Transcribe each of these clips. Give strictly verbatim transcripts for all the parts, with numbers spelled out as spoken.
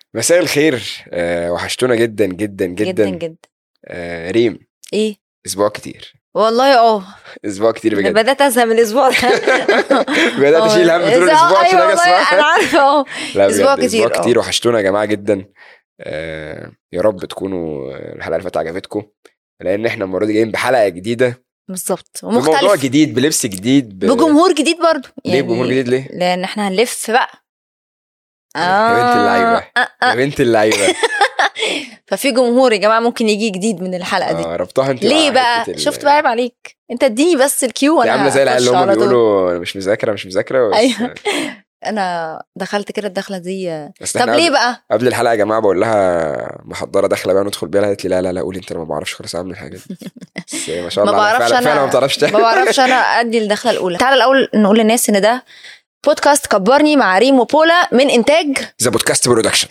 مساء الخير. آه وحشتونا جدا جدا جدا جدا جدا. آه ريم، ايه اسبوع كتير والله اه اسبوع كتير انا بجد. بدات ازهق من الاسبوع ده. بدات اشيل هم طول الاسبوع عشان اجي انا اسمعها. عارفه اه لا اسبوع بجد كتير اسبوع كتير وحشتونا يا جماعه جدا. آه يا رب تكونوا الحلقه اللي فاتت عجبتكم، لان احنا المره دي جايين بحلقه جديده بالظبط بموضوع ومختلف جديد بلبس جديد ب... بجمهور جديد برضو ليه بجمهور جديد ليه؟ لان احنا هنلف بقى. يا بنت اللعيبه آه، آه. يا بنت اللعيبه. ففي جمهور يا جماعه ممكن يجي جديد من الحلقه دي. آه ربطها انت ليه مع بقى حتة ال- شفت بقى؟ عيب عليك انت، اديني بس الكيو دي وانا عامله زي العيال اللي هخش هم على طول. بيقولوا أنا مش مذاكره مش مذاكره بس. أيوة. انا دخلت كده الدخله دي. بس طب إحنا ليه قبل- بقى؟ قبل الحلقه يا جماعه بقول لها محضره داخله بقى ندخل بيها، قالت لي لا لا لا قولي انت، انا ما بعرفش خالص اعمل الحاجات دي. بس ما شاء ما الله عليها، بعرفش فعلا انا فعلا ما بتعرفش تعمل. ما بعرفش انا ادي الدخله الاولى. تعال الاول نقول للناس ان ده بودكاست كبرني مع ريم وبولا من انتاج ذا بودكاست برودكشن.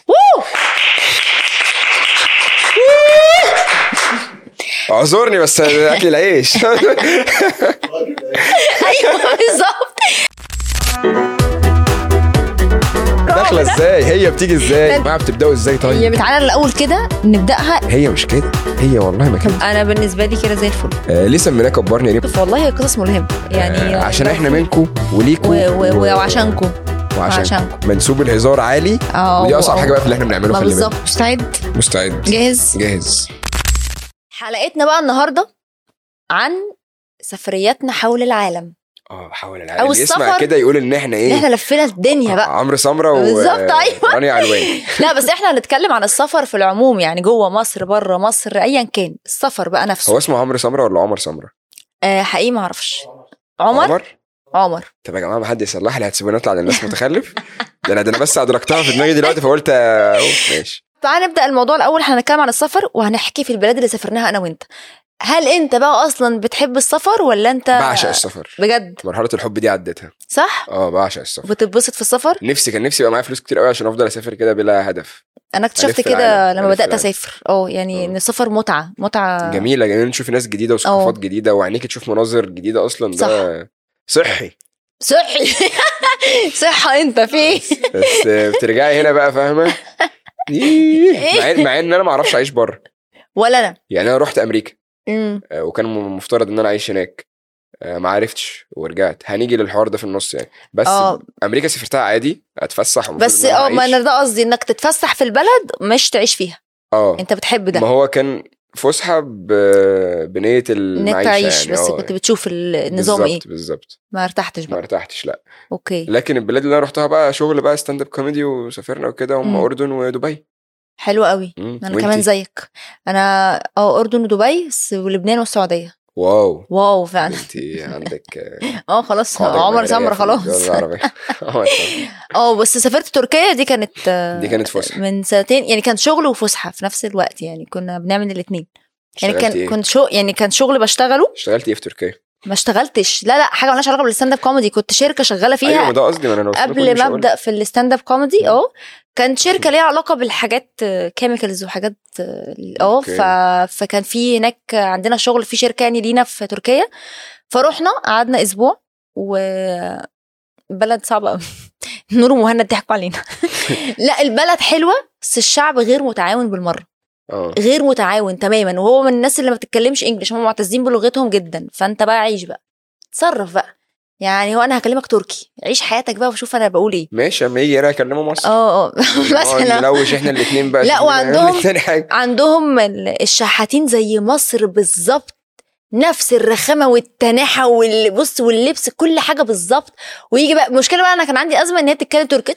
اعذرني بس اكل العيش. ايوه بالظبط. داخله ازاي؟ هي بتيجي ازاي؟ ما بتبداوا ازاي؟ هي طيب بتعالى الاول كده نبداها. هي مش كده، هي والله ما كده. انا بالنسبه لي كده زي الفل. آه ليه سميناه كبرني يا ريم؟ والله هي قصص ملهمه يعني. آه عشان احنا منكم وليكم و- و- وعشانكم وعشان وعشانكم. منسوب الهزار عالي، اه ودي اصعب حاجه بقى في اللي احنا بنعمله. ما خلي بالك. بالظبط. مستعد؟ مستعد جاهز؟ جاهز. حلقتنا بقى النهارده عن سفرياتنا حول العالم. اه حول أو العالم. يسمع السفر. كده يقول ان احنا ايه، احنا لفينا الدنيا بقى. عمرو سمرة بالظبط، أيوة. ورانيا علواني. لا بس احنا هنتكلم عن السفر في العموم، يعني جوه مصر بره مصر ايا كان السفر بقى نفسه. هو اسمه عمرو سمرة ولا عمر سمرة؟ آه حقيقي ما اعرفش. عمر عمر. عمر طب يا جماعه ما حد يصلح لي، هتسيبوني اطلع للناس متخلف؟ ده انا ده انا بس ادركتها في دماغي دلوقتي فقلت أوه، ماشي. تعال نبدا الموضوع الاول. هنتكلم عن السفر وهنحكي في البلاد اللي سافرناها انا وانت. هل انت بقى اصلا بتحب السفر ولا انت بعشق السفر بجد؟ مرحله الحب دي عديتها. صح. اه بعشق السفر. بتتبسط في السفر؟ نفسي كان نفسي يبقى معايا فلوس كتير قوي عشان افضل اسافر كده بلا هدف. انا اكتشفت ألف كده العالم، لما ألف بدات العالم. اسافر اه يعني آه. ان السفر متعه متعه جميله جميله، نشوف ناس جديده وثقافات أوه. جديده وعينيك تشوف مناظر جديده. اصلا ده صحي صحي. صحه انت في بس بترجعي هنا بقى فاهمه. مع إن- مع ان انا ما اعرفش اعيش بره. ولا انا. يعني انا رحت امريكا امم آه، وكان مفترض ان انا اعيش هناك، آه، ما عرفتش ورجعت. هنيجي للحوار ده في النص يعني. بس اه امريكا سافرتها عادي اتفسح ومفروض بس إن أنا اه ما أعيش. انا ده قصدي انك تتفسح في البلد مش تعيش فيها. اه انت بتحب ده ما هو كان فسحه ب... بنيه انك المعيشه تعيش يعني. بس آه، كنت بتشوف النظام ايه. بالظبط بالظبط. ما ارتحتش ما بقى. ارتحتش لا. اوكي لكن البلاد اللي انا رحتها بقى شغل بقى ستاند اب كوميدي وسافرنا وكده هم مم. اردن ودبي. حلو قوي. مم. انا وإنتي؟ كمان زيك. انا اه اردن ودبي بس ولبنان والسعوديه. واو واو فعلا. انت عندك اه خلاص قاعدة عمر جماهيرية سمرة في الدول خلاص. العربية. عمر سمرة. اه بس سافرت تركيا. دي كانت آه، دي كانت فسحة. من سنتين يعني. كان شغل وفسحه في نفس الوقت يعني. كنا بنعمل الاثنين يعني. اشتغلتي كان ايه؟ كنت شو يعني كان شغل بشتغله. اشتغلتي ايه في تركيا؟ ما اشتغلتش. لا لا حاجه مالهاش علاقه بالستاند اب كوميدي. كنت شركه شغاله فيها ايوه ما ده قصدي، ما انا لو قبل ما ابدا في الستاند اب كوميدي. اه كانت شركه ليها علاقه بالحاجات كيميكالز وحاجات اه أوكي. ف... فكان في هناك عندنا شغل في شركه يعني لينا في تركيا. فروحنا قعدنا اسبوع وبلد صعبه قوي. نور ومهند ضحكوا علينا. لا البلد حلوه بس الشعب غير متعاون بالمره. اه غير متعاون تماما. وهو من الناس اللي ما بتتكلمش انجليش. هم معتزين بلغتهم جدا. فانت بقى عيش بقى تصرف بقى يعني. هو انا هكلمك تركي عيش حياتك بقى وشوف انا بقول ايه. ماشي اما يجي انا اكلمه مصر. اه اه مثلا نلوش احنا الاثنين بقى. لا وعندهم تاني حاجه عندهم الشحاتين زي مصر بالظبط. نفس الرخامه والتناحه والبص واللبس كل حاجه بالظبط. ويجي بقى المشكله بقى انا كان عندي ازمه ان هي بتتكلم تركي.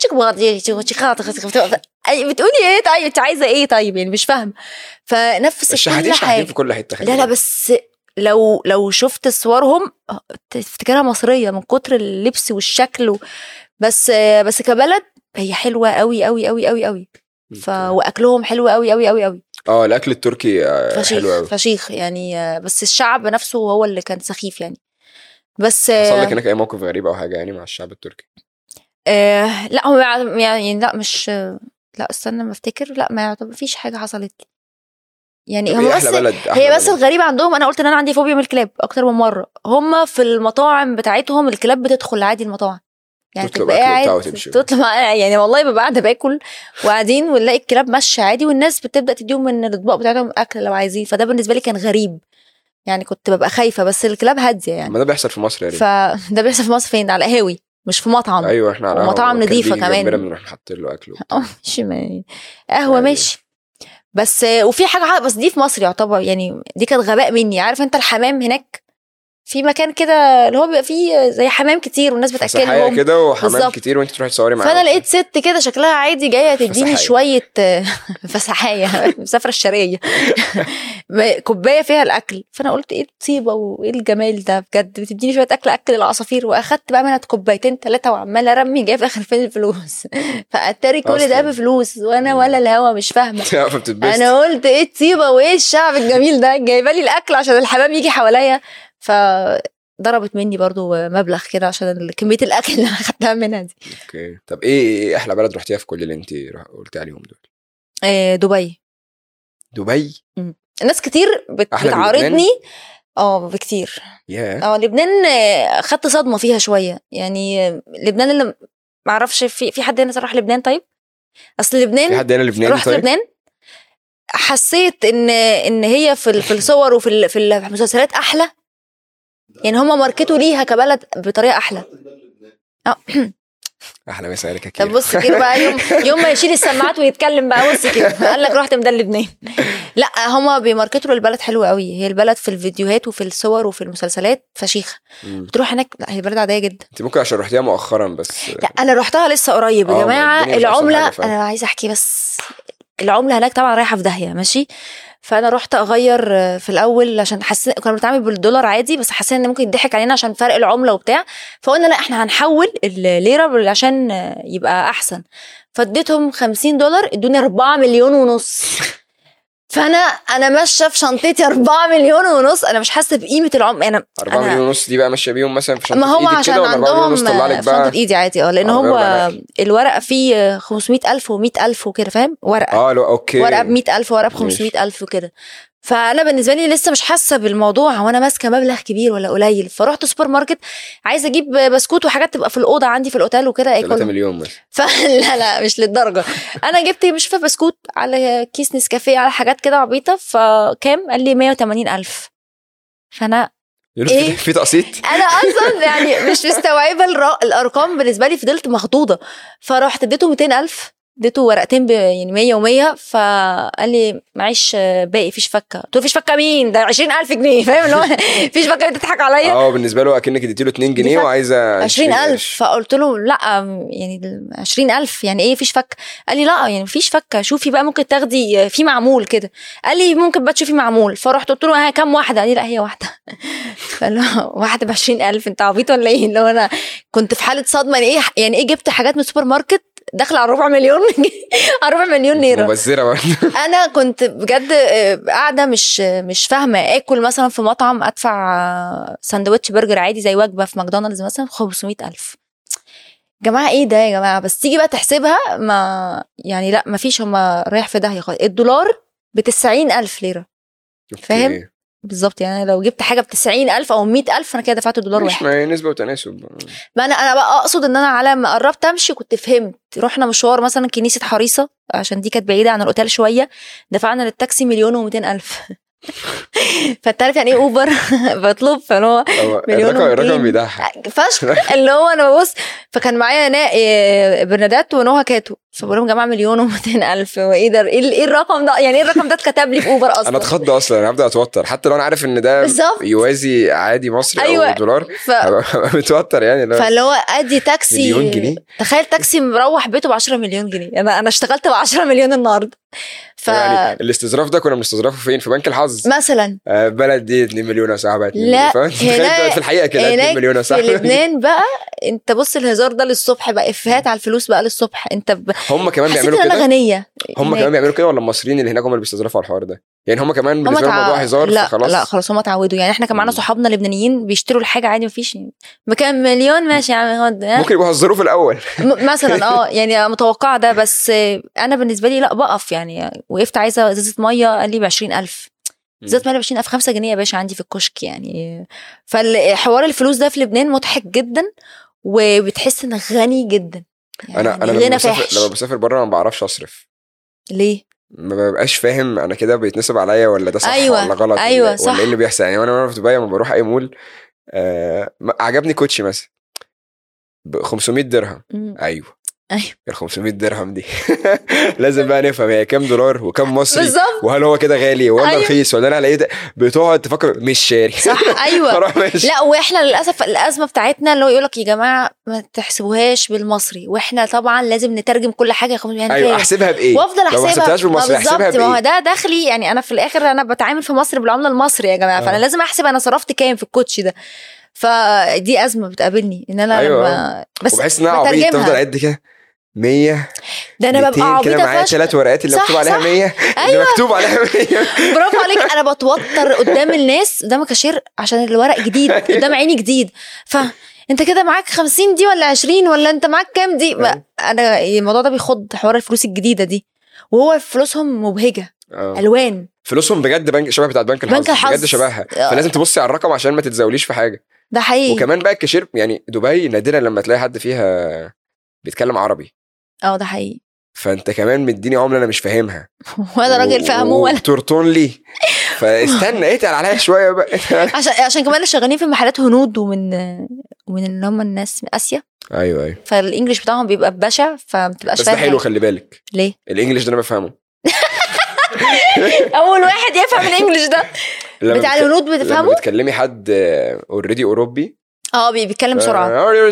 بتقولي ايه طيب؟ انت عايزه ايه طيب؟ يعني مش فاهم. فنفس الشحاتين كل شحاتين حاجه في كل حته. لا لا بس لو لو شفت صورهم تفتكرها مصريه من كتر اللبس والشكل و... بس بس كبلد هي حلوه قوي قوي قوي قوي قوي. ف واكلهم حلو قوي قوي قوي قوي. اه الاكل التركي حلو قوي فشيخ يعني. بس الشعب نفسه هو اللي كان سخيف يعني. بس حصل لك هناك اي موقف غريب او حاجه يعني مع الشعب التركي؟ آه لا هو يعني لا مش لا استنى ما افتكر. لا ما يعتبر فيش حاجه حصلت لي يعني. هم بس بلد هي بس الغريبه عندهم. انا قلت ان انا عندي فوبيا من الكلاب اكتر من مره. هم في المطاعم بتاعتهم الكلاب بتدخل عادي المطاعم. يعني تطلب تبقى أكل وبتاع قاعد وتمشي. تطلب يعني والله ببقى قاعده باكل وقاعدين ونلاقي الكلاب ماشيه عادي والناس بتبدا تديهم من الاطباق بتاعتهم اكل لو عايزين. فده بالنسبه لي كان غريب يعني كنت ببقى خايفه بس الكلاب هاديه يعني. ما ده بيحصل في مصر يعني. فده بيحصل في مصر فين؟ على قهاوي مش في مطعم. ايوه احنا على ومطاعم نظيفه كمان بنروح نحط له اكل وبتاع. اه ماشي ما- قهوه عادي. ماشي. بس وفي حاجه بس دي في مصر يعتبر يعني دي كانت غباء مني. عارف انت الحمام هناك في مكان كده اللي هو بيبقى فيه زي حمام كتير والناس فسحية بتاكلهم كده وحمام بالظبط. كتير وانت تروحي تصوري معاها. فانا لقيت ست كده شكلها عادي جايه تديني فسحية. شويه فسحايه مسافره الشرقيه كوبايه فيها الاكل. فانا قلت ايه الطيبه وايه الجمال ده بجد بتديني شويه اكل اكل العصافير. واخدت بقى منها كوبايتين ثلاثه وعماله ارمي جايه في اخر فين الفلوس فاتاري كل ده بفلوس وانا ولا الهوا مش فاهمه. انا قلت ايه الطيبه وايه الشعب الجميل ده جايبه لي الاكل عشان الحمام يجي حواليا. ف ضربت مني برضو مبلغ كده عشان كميه الاكل اللي انا خدتها منها دي. اوكي طب ايه ايه احلى بلد رحتيها في كل اللي انت قلتي عليهم دول؟ إيه دبي. دبي مم. ناس كتير بت... بتعارضني اه بكتير. yeah. اه لبنان خدت صدمه فيها شويه يعني. لبنان اللي معرفش في في حد هنا راح لبنان. طيب اصل لبنان في حد هنا لبنان رحت طيب؟ لبنان حسيت ان ان هي في في الصور وفي في المسلسلات احلى يعني. هم ماركتوا ليها كبلد بطريقه احلى. اه احلى مسا عليك كده. طب بص كده بقى يوم يوم ما يشيل السماعات ويتكلم بقى بص كده قال لك رحت مدن لبنان. لا هما بيماركتوا البلد حلوه قوي. هي البلد في الفيديوهات وفي الصور وفي المسلسلات فشيخه. بتروح هناك لا هي بلد عاديه جدا. انت ممكن عشان رحتيها مؤخرا بس. لا انا رحتها لسه قريب يا جماعه. العمله انا عايزه احكي بس العمله هناك طبعا رايحه في داهيه ماشي. فانا رحت اغير في الاول عشان حسيت كنا بنتعامل بالدولار عادي بس حسيت ان ممكن يضحك علينا عشان فرق العمله وبتاع. فقلنا لا احنا هنحول الليره عشان يبقى احسن. فاديتهم خمسين دولار ادوني أربعة مليون ونص. فانا انا ماشيه في شنطتي أربعة مليون ونص. انا مش حاسه بقيمه العمله. انا أربعة مليون ونص دي بقى ماشيه بيهم مثلا في شنطه ما هو عشان عندهم في شنطه ايدي عادي اه لان هو الورقه فيه خمسمية ألف ومية ألف وكده فاهم. ورقه اه لو اوكي ورقه بمية ألف ورقه بخمسمية ألف وكده. فانا بالنسبه لي لسه مش حاسه بالموضوع وانا ماسكه مبلغ كبير ولا قليل. فرحت سوبر ماركت عايزه اجيب بسكوت وحاجات تبقى في الاوضه عندي في الاوتيل وكده اكل ثلاثة مليون مثلا. فلا لا مش للدرجه. انا جبت مش في بسكوت على كيس نسكافيه على حاجات كده عبيطه. فكام قال لي مية وتمانين ألف. فانا إيه؟ في تقسيط. انا اصلا يعني مش مستوعبه الارقام بالنسبه لي. فضلت مخضوضه. فرحت اديته ميتين ألف اديته ورقتين يعني مية ومية. فقال لي معيش باقي فيش فكه. قلت له فيش فكه مين ده عشرين ألف جنيه فاهم اللي هو فيش فكه بتضحك عليا. اه بالنسبه له اكنك اديتي له اتنين جنيه وعايزه عشرين ألف. فقلت له لا يعني عشرين ألف يعني ايه فيش فكه. قال لي لا يعني فيش فكه شوفي بقى ممكن تاخدي في معمول كده. قال لي ممكن بقى تشوفي معمول. فرحت قلت له ها كام واحده. قال لي لا هي واحده. فقال واحده ب عشرين ألف انت عبيط ولا ايه. اللي هو انا كنت في حاله صدمه يعني ايه يعني ايه جبت حاجات من السوبر ماركت داخل على ربع مليون على ربع مليون ليره مبذره برضه. انا كنت بجد قاعده مش مش فاهمه. اكل مثلا في مطعم ادفع ساندوتش برجر عادي زي وجبه في ماكدونالدز مثلا خمسمية ألف. جماعه ايه ده يا جماعه. بس تيجي بقى تحسبها ما يعني لا ما فيش. هما رايح في داهيه خالص. الدولار بتسعين ألف ليره فاهم بالظبط. يعني لو جبت حاجه بتسعين ألف او مية ألف انا كده دفعت دولار واحد. مش نسبه وتناسب. ما انا انا بقى اقصد ان انا على ما قربت امشي كنت فهمت. رحنا مشوار مثلا كنيسه حريصه عشان دي كانت بعيده عن الاوتيل شويه. دفعنا للتاكسي مليون ومئتين ألف. فانت يعني ايه اوبر بطلب فهو مليون الرقم بيضحك فشخ اللي هو انا ببص. فكان معايا ناء برنادات ونوها كاتو. فبقول لهم جماعه مليون ومئتين ألف وايه ده ايه الرقم ده يعني ايه الرقم ده اتكتب لي في اوبر اصلا. انا اتخض اصلا. انا هبدا اتوتر حتى لو انا عارف ان ده بالزبط. يوازي عادي مصري أيوة. او دولار ف... متوتر يعني. فاللي هو ادي تاكسي مليون جنيه. تخيل تاكسي مروح بيته ب عشرة مليون جنيه. انا انا اشتغلت ب عشرة مليون النهارده. ف... يعني الاستظراف ده كنا بنستظرفه فين؟ في بنك الحظ مثلا. آه بلد دي اتنين مليون يا صاحبي. لا هنا في الحقيقه كده اتنين مليون يا صاحبي. في لبنان بقى انت بص الهزار ده للصبح بقى افيهات على الفلوس بقى للصبح. انت ب... هم كمان بيعملوا كده. انا غنيه هم كمان بيعملوا كده ولا المصريين اللي هناك هم اللي بيستظرفوا على الحوار ده؟ يعني هم كمان بالنسبه لهم الموضوع هزار لا فخلاص. لا خلاص هم اتعودوا. يعني احنا كان معانا صحابنا لبنانيين بيشتروا الحاجه عادي مفيش بكام مليون ماشي يا عم ممكن يبقوا هزروا في الاول مثلا اه يعني متوقعه ده. بس انا بالنسبه لي لا بقف يعني. وقفت عايزه ازازه ميه قال لي ب عشرين ألف. ازازه ميه ب عشرين ألف خمسة جنيه يا باشا عندي في الكشك يعني. فالحوار الفلوس ده في لبنان مضحك جدا. وبتحس انك غني جدا يعني. انا انا غنى لما بسافر فاحش. لما بسافر بره ما بعرفش اصرف، ليه؟ ما ببقاش فاهم انا كده بيتنسب عليا ولا ده صح أيوة، ولا غلط أيوة، ولا, صح. ولا ايه اللي بيحصل يعني. وانا وانا في دبي لما بروح اي مول آه عجبني كوتشي مثلا ب خمسمية درهم، مم. ايوه ايوه ال خمسمية درهم دي لازم بقى نفهم هي كام دولار وكام مصري، بالظبط. وهل هو كده غالي ولا أيوة. رخيص ولا انا لقيت. بتقعد تفكر مش شاري صح ايوه أروح ماشي. لا واحنا للاسف الازمه بتاعتنا اللي هو يقولك يا جماعه ما تحسبوهاش بالمصري، واحنا طبعا لازم نترجم كل حاجه خمس يعني ايوه كام؟ احسبها بايه، وافضل لو ما احسبها حسبتهاش ما بالمصري احسبها بالظبط، ما هو بايه. ده دخلي يعني. انا في الاخر انا بتعامل في مصر بالعمله المصري يا جماعه، فانا آه. لازم احسب انا صرفت كام في الكوتشي ده. فدي ازمه بتقابلني ان انا أيوة. لما بس وبحس ان انا عبيط بترجمها. تفضل اعد كده مية ده انا ببقى ميتين كده عبيطه معايا فشخ. ثلاث ورقات اللي صح، مكتوب عليها صح. مية اللي أيوة. مكتوب عليها مية برافو عليك. انا بتوتر قدام الناس قدام الكاشير عشان الورق جديد قدام عيني جديد، فانت كده معاك خمسين دي ولا عشرين ولا انت معاك كام دي. أيوة. انا الموضوع ده بيخض حوار الفلوس الجديده دي، وهو فلوسهم مبهجه آه. الوان. فلوسهم بجد بنك شبه بتاعت بنك الحظ, بنك الحظ. بجد شبهها، آه. فلازم تبصي على الرقم عشان ما تتزاوليش في حاجه. ده حقيقي. وكمان بقى الكاشير يعني دبي نادرا لما تلاقي حد فيها بيتكلم عربي، اه ده حقيقي. فانت كمان مديني عمله انا مش فاهمها ولا راجل فاهمه ولا تورتون لي، فاستنى اتقل عليا شويه بقى عشان عشان كمان اللي شغالين في محلات هنود ومن ومن اللي هم الناس من اسيا، ايوه ايوه فالانجليش بتاعهم بيبقى بشع، فمتبقاش بس ده فاهم حلو حاجة. خلي بالك ليه؟ الانجليش ده انا بفهمه اول واحد يفهم الانجليش ده لما بتاع بتك- الهنود لما بتفهمه. بتكلمي حد اوريدي اوروبي اه بي- بيتكلم بسرعه.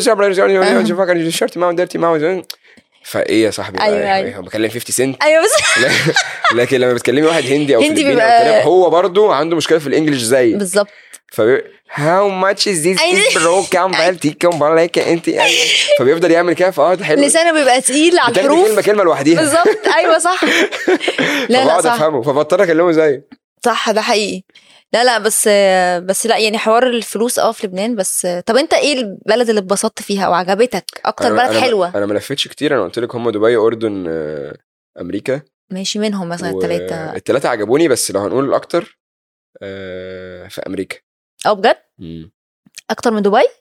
آه، فايه يا صاحبي بقى أيوة، يعني أيوة. هو بكلم خمسين سنت. ايوه بس لكن لما بتكلمي واحد هندي او هندي فلبيني او بيبقى- كلام هو برضو عنده مشكله في الانجليش زي بالظبط. فبيقول how much is this أيوة. is bro كام بالتي كام بالك انت يعني فبيفضل يعمل كده فاه ده حلو لسانه بيبقى تقيل على بتاخدي كلمه الحروف. كلمه لوحديها بالظبط ايوه صح. لا لا فبقعد صح افهمه فبضطر اكلمه زي صح ده حقيقي. لا لا بس بس لا يعني حوار الفلوس اه في لبنان. بس طب انت ايه البلد اللي اتبسطت فيها او عجبتك اكتر بلد أنا حلوه؟ انا ما لفتش كتير، انا قلت لك هم دبي اردن آه، امريكا. ماشي منهم مثلا الثلاثه. الثلاثه عجبوني بس لو هنقول الاكتر آه، في امريكا. اه بجد مم. اكتر من دبي؟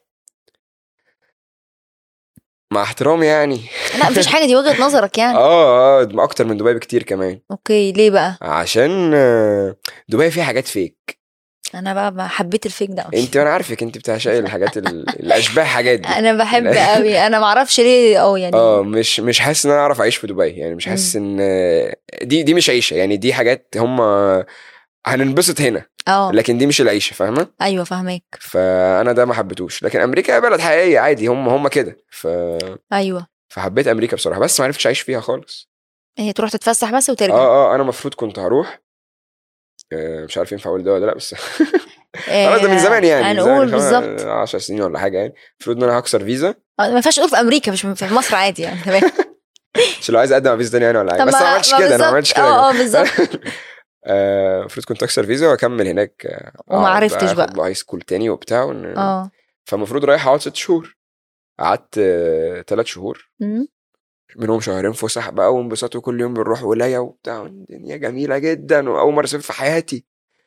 مع احترامي يعني لا مفيش حاجه، دي وجهه نظرك يعني. اه اه اكتر من دبي بكتير كمان. اوكي ليه بقى؟ عشان آه، دبي فيها حاجات فيك. انا بقى ما حبيت الفيك ده. انت انا عارفك انت بتعشقي الحاجات ال- الاشباه حاجات دي. انا بحب قوي. انا ما اعرفش ليه اه يعني اه مش مش حاسس ان انا اعرف اعيش في دبي يعني مش حاسس ان دي دي مش عيشه يعني دي حاجات هم هننبسط هنا اه لكن دي مش العيشه فاهمه. ايوه فاهمك. فانا ده ما حبيتوش لكن امريكا بلد حقيقيه عادي هم هم كده ف ايوه فحبيت امريكا بصراحه بس ما عرفتش اعيش فيها خالص. هي تروح تتفسح بس وترجع. اه اه انا المفروض كنت هروح آه، مش عارف ينفع اقول ده ولا لا بس خلاص ده من زمان يعني من زمان هنقول بالظبط عشر سنين ولا حاجه يعني المفروض ان انا هكسر فيزا ما ينفعش تقول في امريكا مش في مصر عادي يعني تمام. عشان لو عايز اقدم على فيزا تانية يعني ولا حاجه طب بس ما- انا ما عملتش ما كده انا ما بالظبط. عملتش كده اه اه بالظبط. آه، المفروض كنت اكسر فيزا واكمل هناك آه، وما أقعد عرفتش بقى. اخد هاي سكول تاني وبتاع ون... اه فالمفروض رايح اقعد ست شهور قعدت ثلاث شهور أمم. منهم شهرين فسح بقى وانبسطوا كل يوم بنروح ولايه وبتاع الدنيا جميله جدا واول مره اسافر في حياتي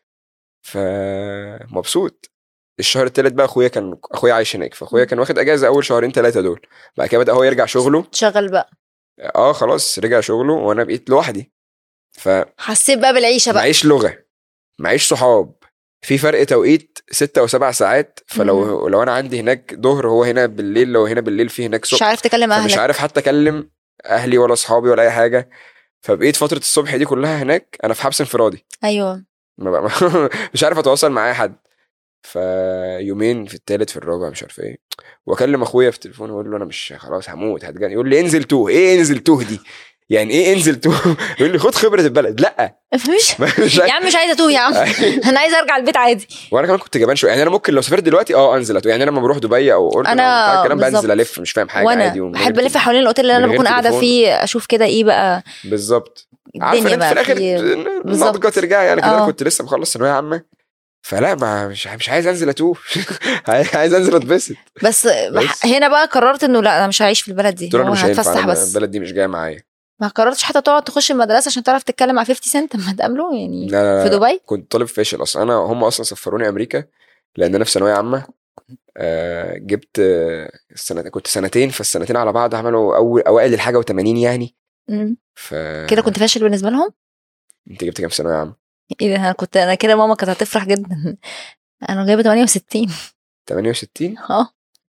فمبسوط. الشهر التالت بقى اخويا كان اخويا عايش هناك فاخويا كان واخد اجازه اول شهرين ثلاثه دول بعد كده بدا هو يرجع شغله. تشغل بقى. اه خلاص رجع شغله وانا بقيت لوحدي ف حسيت بقى بالعيشه بقى. معيش لغه معيش صحاب في فرق توقيت ستة او سبع ساعات فلو لو انا عندي هناك ظهر هو هنا بالليل لو هنا بالليل في هناك مش صبح عارف تكلم مش اهلك. عارف حتى اكلم اهلي ولا اصحابي ولا اي حاجه فبقيت فتره الصبح دي كلها هناك انا في حبس انفرادي ايوه ما بقى مش عارف اتواصل مع اي حد فيومين في الثالث في الرابع مش عارف ايه واكلم اخويا في التليفون واقول له انا مش خلاص هموت هتجنن يقول لي انزل توه ايه انزل توه دي يعني ايه انزل توه يقول لي خد خبره البلد لا مش مش يا عم مش عايزه اتوه يا عم انا عايزه ارجع البيت عادي. وانا كمان كنت جبان شويه يعني انا ممكن لو سافرت دلوقتي اه انزل أتوه. يعني انا لما بروح دبي او اردن أنا او بتاع الكلام بالظبط. بنزل الف مش فاهم حاجه وانا عادي ومن بحب غير الف حوالين الاوتيل اللي من انا غير بكون قاعده تليفون. فيه اشوف كده ايه بقى بالظبط عارفه الدنيا انت في بقى الاخر في بالظبط. ناضجه ترجع يعني كده آه. انا كنت لسه مخلص ثانويه عامه فلا ما مش مش عايز انزل اتوه عايز انزل اتبسط بس, بس. هنا بقى قررت انه لا انا مش هعيش في البلد دي. قلت له انا هو مش هينفع هتفسح أنا بس. البلد دي مش جايه معايا. ما قررتش حتى تقعد تخش المدرسه عشان تعرف تتكلم مع خمسين سنت ما تقابله يعني لا لا في لا. دبي. كنت طالب فاشل اصلا انا هم اصلا سفروني امريكا لان انا في ثانويه عامه آه جبت آه، السنة كنت سنتين، فالسنتين على بعض عملوا اول اوائل الحاجه وتمانين يعني. مم. ف كده كنت فاشل بالنسبه لهم. انت جبت كام في ثانويه عامه؟ ايه ده، انا كنت انا كده ماما كانت هتفرح جدا. انا جايبه تمانية وستين. تمانية وستين. اه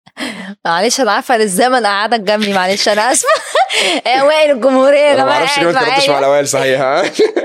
معلش انا عارفه ان الزمن قعدك جنبي، معلش انا اسفه. اوائل الجمهوريه يا انا ما جماعه اعرفش ليه ما قاعد اتكلمتش مع معايا. الاوائل صحيح. ها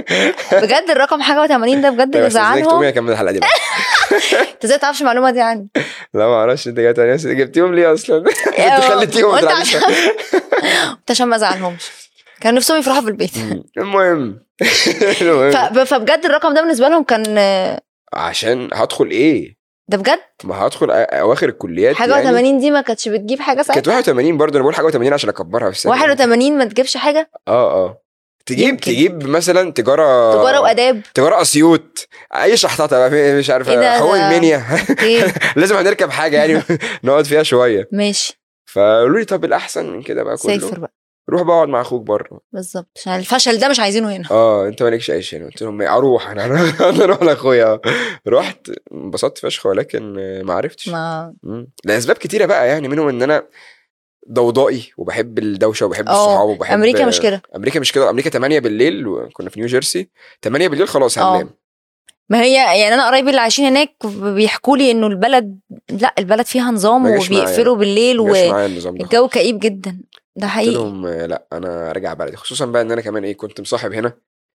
بجد الرقم حاجه و80 ده بجد طيب بس ازاي يزعلهم. تقومي اكمل الحلقه دي بقى؟ انت ازاي تعرفش المعلومه دي عني؟ لا ما اعرفش انت جبت تمانية وستين جبتيهم ليه اصلا؟ انت خليتيهم قلت تلعبوا. عشان قلت عشان ما ازعلهمش، كان نفسهم يفرحوا في البيت. المهم ف... المهم فبجد الرقم ده بالنسبه لهم كان عشان هدخل ايه؟ ده بجد ما هدخل أ- اواخر الكليات حاجه يعني. و80 دي ما كانتش بتجيب حاجه كانت ساعتها. واحد وتمانين برضه، انا بقول حاجه و80 عشان اكبرها في السنه. واحد وتمانين ما تجيبش حاجه. اه اه تجيب يمكن. تجيب مثلا تجاره تجاره واداب. تجاره اسيوط، اي شحطه بقى في- مش عارف إيه ده؟ حقوق ده- المنيا. اوكي لازم هنركب حاجه يعني نقعد فيها شويه. ماشي فقالوا لي طب الاحسن من كده بقى سافر كله بقى. روح بقعد مع اخوك بره. بالظبط عشان الفشل ده مش عايزينه هنا. اه انت مالكش عيش هنا. قلت لهم إيه، اروح انا انا اروح لاخويا. رحت انبسطت فشخ ولكن ما عرفتش. ما مم. لاسباب كتيره بقى يعني، منهم ان انا ضوضائي وبحب الدوشه وبحب اه الصحاب وبحب امريكا مش كده. امريكا مش كده. امريكا تمانية بالليل وكنا في نيوجيرسي، تمانية بالليل خلاص اه. هننام. ما هي يعني انا قرايبي اللي عايشين هناك بيحكوا لي انه البلد لا البلد فيها نظام ما جاش معايا. وبيقفلوا بالليل ما جاش معايا النظام ده. والجو كئيب جدا. ده قلت حقيقي. لهم آه، لا انا راجع بلدي، خصوصا بقى ان انا كمان ايه كنت مصاحب هنا،